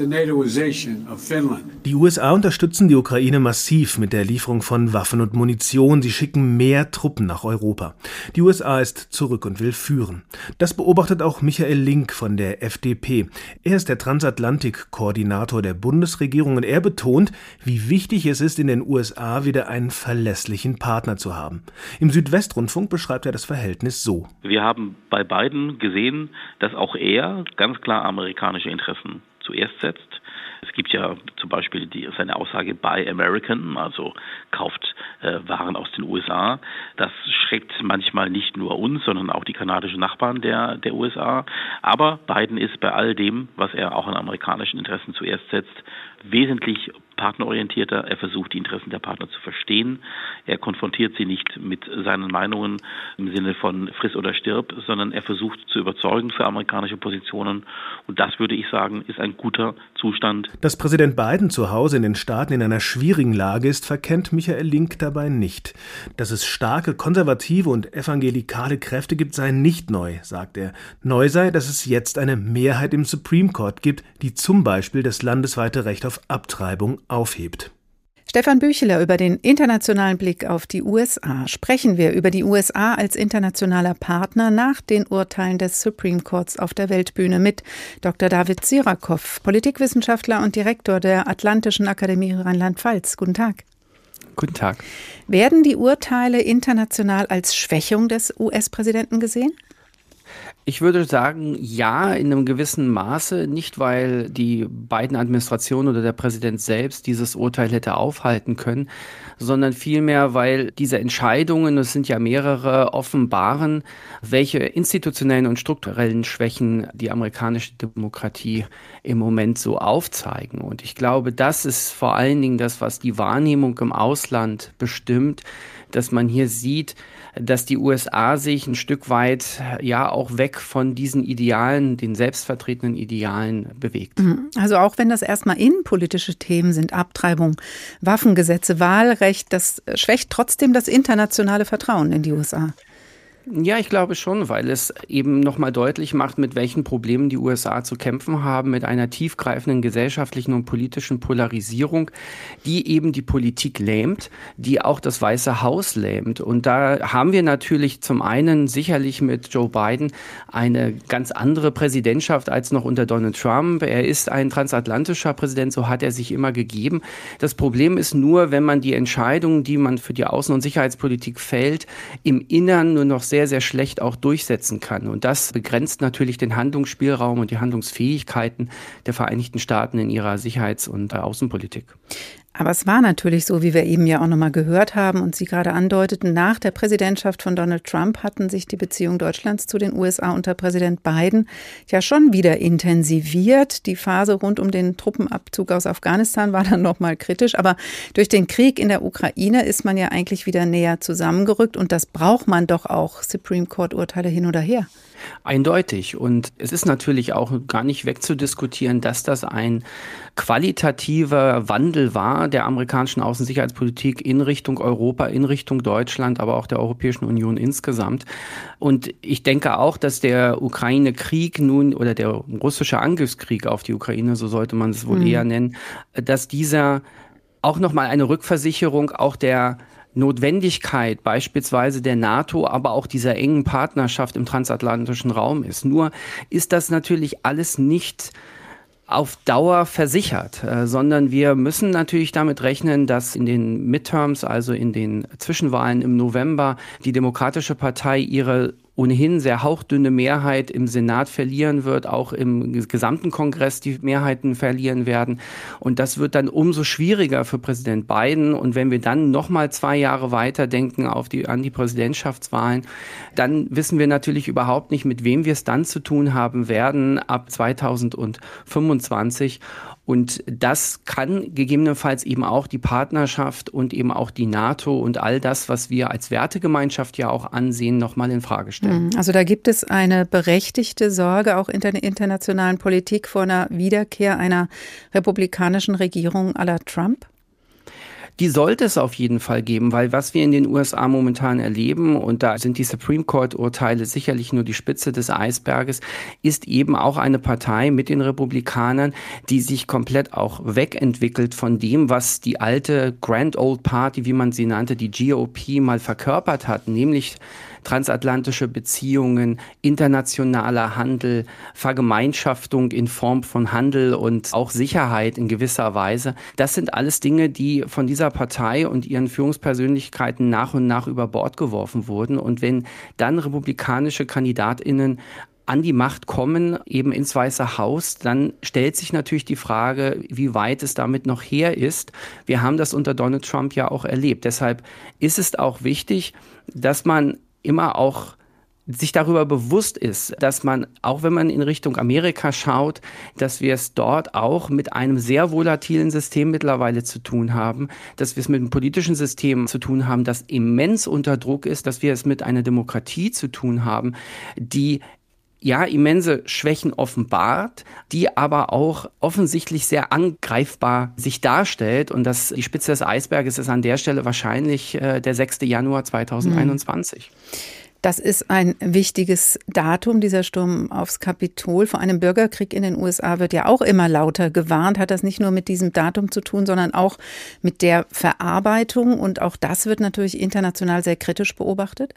Die USA unterstützen die Ukraine massiv mit der Lieferung von Waffen und Munition. Sie schicken mehr Truppen nach Europa. Die USA ist zurück und will führen. Das beobachtet auch Michael Link von der FDP. Er ist der Transatlantik-Koordinator der Bundesregierung und er betont, wie wichtig es ist, in den USA wieder einen verlässlichen Partner zu haben. Im Südwestrundfunk beschreibt er das Verhältnis so: Wir haben bei Biden gesehen, dass auch er ganz klar amerikanische Interessen zuerst setzt. Es gibt ja zum Beispiel seine Aussage Buy American, also kauft Waren aus den USA. Das schreckt manchmal nicht nur uns, sondern auch die kanadischen Nachbarn der USA. Aber Biden ist bei all dem, was er auch an amerikanischen Interessen zuerst setzt, wesentlich partnerorientierter. Er versucht, die Interessen der Partner zu verstehen. Er konfrontiert sie nicht mit seinen Meinungen im Sinne von friss oder stirb, sondern er versucht zu überzeugen für amerikanische Positionen. Und das, würde ich sagen, ist ein guter Zustand. Dass Präsident Biden zu Hause in den Staaten in einer schwierigen Lage ist, verkennt Michael Link dabei nicht. Dass es starke konservative und evangelikale Kräfte gibt, sei nicht neu, sagt er. Neu sei, dass es jetzt eine Mehrheit im Supreme Court gibt, die zum Beispiel das landesweite Recht auf Abtreibung aufhebt. Stefan Bücheler über den internationalen Blick auf die USA. Sprechen wir über die USA als internationaler Partner nach den Urteilen des Supreme Courts auf der Weltbühne mit Dr. David Syrakow, Politikwissenschaftler und Direktor der Atlantischen Akademie Rheinland-Pfalz. Guten Tag. Guten Tag. Werden die Urteile international als Schwächung des US-Präsidenten gesehen? Ich würde sagen, ja, in einem gewissen Maße, nicht weil die beiden Administrationen oder der Präsident selbst dieses Urteil hätte aufhalten können, sondern vielmehr, weil diese Entscheidungen, es sind ja mehrere, offenbaren, welche institutionellen und strukturellen Schwächen die amerikanische Demokratie im Moment so aufzeigen. Und ich glaube, das ist vor allen Dingen das, was die Wahrnehmung im Ausland bestimmt, dass man hier sieht, dass die USA sich ein Stück weit ja auch weg von diesen Idealen, den selbstvertretenen Idealen bewegt. Also auch wenn das erstmal innenpolitische Themen sind, Abtreibung, Waffengesetze, Wahlrecht, das schwächt trotzdem das internationale Vertrauen in die USA. Ja, ich glaube schon, weil es eben nochmal deutlich macht, mit welchen Problemen die USA zu kämpfen haben, mit einer tiefgreifenden gesellschaftlichen und politischen Polarisierung, die eben die Politik lähmt, die auch das Weiße Haus lähmt. Und da haben wir natürlich zum einen sicherlich mit Joe Biden eine ganz andere Präsidentschaft als noch unter Donald Trump. Er ist ein transatlantischer Präsident, so hat er sich immer gegeben. Das Problem ist nur, wenn man die Entscheidungen, die man für die Außen- und Sicherheitspolitik fällt, im Innern nur noch sehr, sehr schlecht auch durchsetzen kann. Und das begrenzt natürlich den Handlungsspielraum und die Handlungsfähigkeiten der Vereinigten Staaten in ihrer Sicherheits- und Außenpolitik. Aber es war natürlich so, wie wir eben ja auch nochmal gehört haben und Sie gerade andeuteten, nach der Präsidentschaft von Donald Trump hatten sich die Beziehungen Deutschlands zu den USA unter Präsident Biden ja schon wieder intensiviert. Die Phase rund um den Truppenabzug aus Afghanistan war dann nochmal kritisch. Aber durch den Krieg in der Ukraine ist man ja eigentlich wieder näher zusammengerückt. Und das braucht man doch auch, Supreme Court-Urteile hin oder her. Eindeutig. Und es ist natürlich auch gar nicht wegzudiskutieren, dass das ein qualitativer Wandel war der amerikanischen Außensicherheitspolitik in Richtung Europa, in Richtung Deutschland, aber auch der Europäischen Union insgesamt. Und ich denke auch, dass der Ukraine-Krieg nun oder der russische Angriffskrieg auf die Ukraine, so sollte man es wohl eher nennen, dass dieser auch nochmal eine Rückversicherung auch der Notwendigkeit beispielsweise der NATO, aber auch dieser engen Partnerschaft im transatlantischen Raum ist. Nur ist das natürlich alles nicht auf Dauer versichert, sondern wir müssen natürlich damit rechnen, dass in den Midterms, also in den Zwischenwahlen im November, die Demokratische Partei ihre ohnehin sehr hauchdünne Mehrheit im Senat verlieren wird, auch im gesamten Kongress die Mehrheiten verlieren werden. Und das wird dann umso schwieriger für Präsident Biden. Und wenn wir dann nochmal 2 Jahre weiter denken an die Präsidentschaftswahlen, dann wissen wir natürlich überhaupt nicht, mit wem wir es dann zu tun haben werden ab 2025. Und das kann gegebenenfalls eben auch die Partnerschaft und eben auch die NATO und all das, was wir als Wertegemeinschaft ja auch ansehen, nochmal in Frage stellen. Also da gibt es eine berechtigte Sorge auch in der internationalen Politik vor einer Wiederkehr einer republikanischen Regierung à la Trump? Die sollte es auf jeden Fall geben, weil was wir in den USA momentan erleben, und da sind die Supreme Court-Urteile sicherlich nur die Spitze des Eisberges, ist eben auch eine Partei mit den Republikanern, die sich komplett auch wegentwickelt von dem, was die alte Grand Old Party, wie man sie nannte, die GOP mal verkörpert hat, nämlich transatlantische Beziehungen, internationaler Handel, Vergemeinschaftung in Form von Handel und auch Sicherheit in gewisser Weise. Das sind alles Dinge, die von dieser Partei und ihren Führungspersönlichkeiten nach und nach über Bord geworfen wurden. Und wenn dann republikanische KandidatInnen an die Macht kommen, eben ins Weiße Haus, dann stellt sich natürlich die Frage, wie weit es damit noch her ist. Wir haben das unter Donald Trump ja auch erlebt. Deshalb ist es auch wichtig, dass man immer auch sich darüber bewusst ist, dass man, auch wenn man in Richtung Amerika schaut, dass wir es dort auch mit einem sehr volatilen System mittlerweile zu tun haben, dass wir es mit einem politischen System zu tun haben, das immens unter Druck ist, dass wir es mit einer Demokratie zu tun haben, die immense Schwächen offenbart, die aber auch offensichtlich sehr angreifbar sich darstellt. Und die Spitze des Eisberges ist an der Stelle wahrscheinlich der 6. Januar 2021. Das ist ein wichtiges Datum, dieser Sturm aufs Kapitol. Vor einem Bürgerkrieg in den USA wird ja auch immer lauter gewarnt. Hat das nicht nur mit diesem Datum zu tun, sondern auch mit der Verarbeitung? Und auch das wird natürlich international sehr kritisch beobachtet?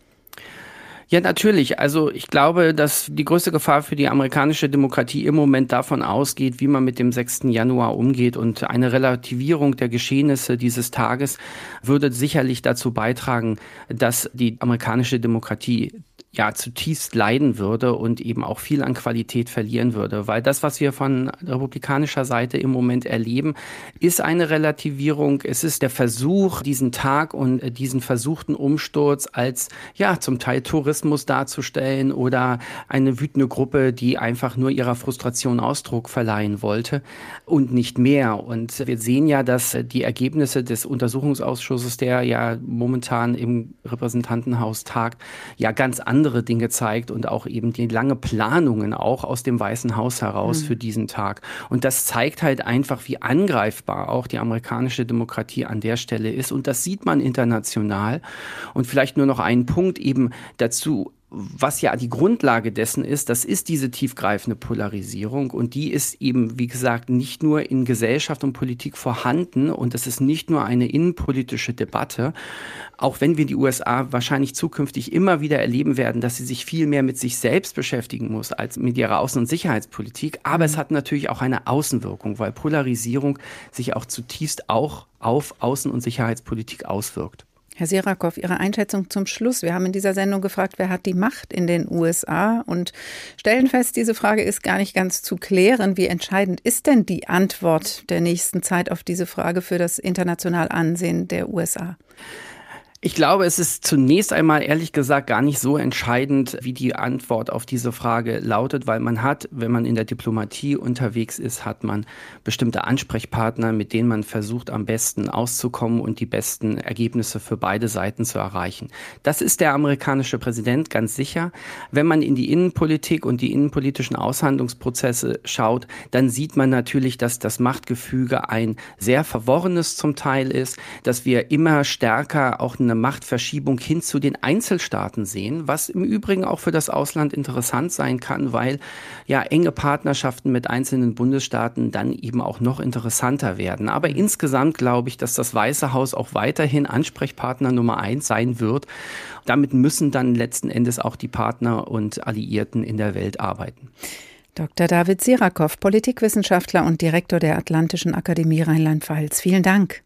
Ja, natürlich. Also ich glaube, dass die größte Gefahr für die amerikanische Demokratie im Moment davon ausgeht, wie man mit dem 6. Januar umgeht. Und eine Relativierung der Geschehnisse dieses Tages würde sicherlich dazu beitragen, dass die amerikanische Demokratie zutiefst leiden würde und eben auch viel an Qualität verlieren würde. Weil das, was wir von republikanischer Seite im Moment erleben, ist eine Relativierung. Es ist der Versuch, diesen Tag und diesen versuchten Umsturz als zum Teil Tourismus darzustellen oder eine wütende Gruppe, die einfach nur ihrer Frustration Ausdruck verleihen wollte und nicht mehr. Und wir sehen ja, dass die Ergebnisse des Untersuchungsausschusses, der ja momentan im Repräsentantenhaus tagt, ganz andere Dinge zeigt und auch eben die lange Planungen auch aus dem Weißen Haus heraus für diesen Tag. Und das zeigt halt einfach, wie angreifbar auch die amerikanische Demokratie an der Stelle ist. Und das sieht man international. Und vielleicht nur noch einen Punkt eben dazu, was ja die Grundlage dessen ist, das ist diese tiefgreifende Polarisierung und die ist eben, wie gesagt, nicht nur in Gesellschaft und Politik vorhanden und es ist nicht nur eine innenpolitische Debatte, auch wenn wir die USA wahrscheinlich zukünftig immer wieder erleben werden, dass sie sich viel mehr mit sich selbst beschäftigen muss als mit ihrer Außen- und Sicherheitspolitik, aber es hat natürlich auch eine Außenwirkung, weil Polarisierung sich auch zutiefst auch auf Außen- und Sicherheitspolitik auswirkt. Herr Sirakow, Ihre Einschätzung zum Schluss. Wir haben in dieser Sendung gefragt, wer hat die Macht in den USA und stellen fest, diese Frage ist gar nicht ganz zu klären. Wie entscheidend ist denn die Antwort der nächsten Zeit auf diese Frage für das internationale Ansehen der USA? Ich glaube, es ist zunächst einmal ehrlich gesagt gar nicht so entscheidend, wie die Antwort auf diese Frage lautet, weil man hat, wenn man in der Diplomatie unterwegs ist, hat man bestimmte Ansprechpartner, mit denen man versucht, am besten auszukommen und die besten Ergebnisse für beide Seiten zu erreichen. Das ist der amerikanische Präsident ganz sicher. Wenn man in die Innenpolitik und die innenpolitischen Aushandlungsprozesse schaut, dann sieht man natürlich, dass das Machtgefüge ein sehr verworrenes zum Teil ist, dass wir immer stärker auch eine Machtverschiebung hin zu den Einzelstaaten sehen, was im Übrigen auch für das Ausland interessant sein kann, weil enge Partnerschaften mit einzelnen Bundesstaaten dann eben auch noch interessanter werden. Aber insgesamt glaube ich, dass das Weiße Haus auch weiterhin Ansprechpartner Nummer 1 sein wird. Damit müssen dann letzten Endes auch die Partner und Alliierten in der Welt arbeiten. Dr. David Sirakow, Politikwissenschaftler und Direktor der Atlantischen Akademie Rheinland-Pfalz. Vielen Dank.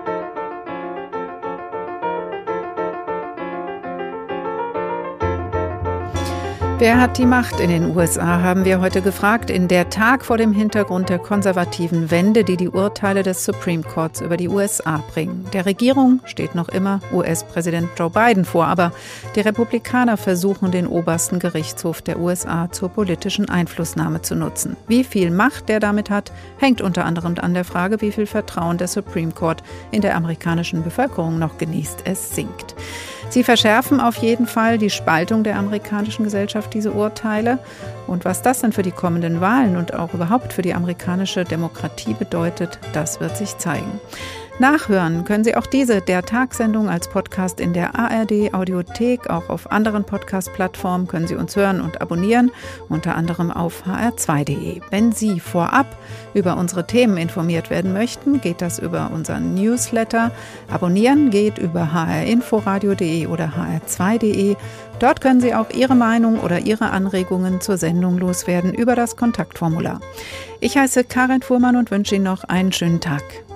Wer hat die Macht in den USA, haben wir heute gefragt, in der Tag vor dem Hintergrund der konservativen Wende, die die Urteile des Supreme Courts über die USA bringen. Der Regierung steht noch immer US-Präsident Joe Biden vor, aber die Republikaner versuchen, den obersten Gerichtshof der USA zur politischen Einflussnahme zu nutzen. Wie viel Macht der damit hat, hängt unter anderem an der Frage, wie viel Vertrauen der Supreme Court in der amerikanischen Bevölkerung noch genießt. Es sinkt. Sie verschärfen auf jeden Fall die Spaltung der amerikanischen Gesellschaft, diese Urteile. Und was das dann für die kommenden Wahlen und auch überhaupt für die amerikanische Demokratie bedeutet, das wird sich zeigen. Nachhören können Sie auch diese der Tagssendung als Podcast in der ARD Audiothek. Auch auf anderen Podcast-Plattformen können Sie uns hören und abonnieren, unter anderem auf hr2.de. Wenn Sie vorab über unsere Themen informiert werden möchten, geht das über unseren Newsletter. Abonnieren geht über hrinforadio.de oder hr2.de. Dort können Sie auch Ihre Meinung oder Ihre Anregungen zur Sendung loswerden über das Kontaktformular. Ich heiße Karin Fuhrmann und wünsche Ihnen noch einen schönen Tag.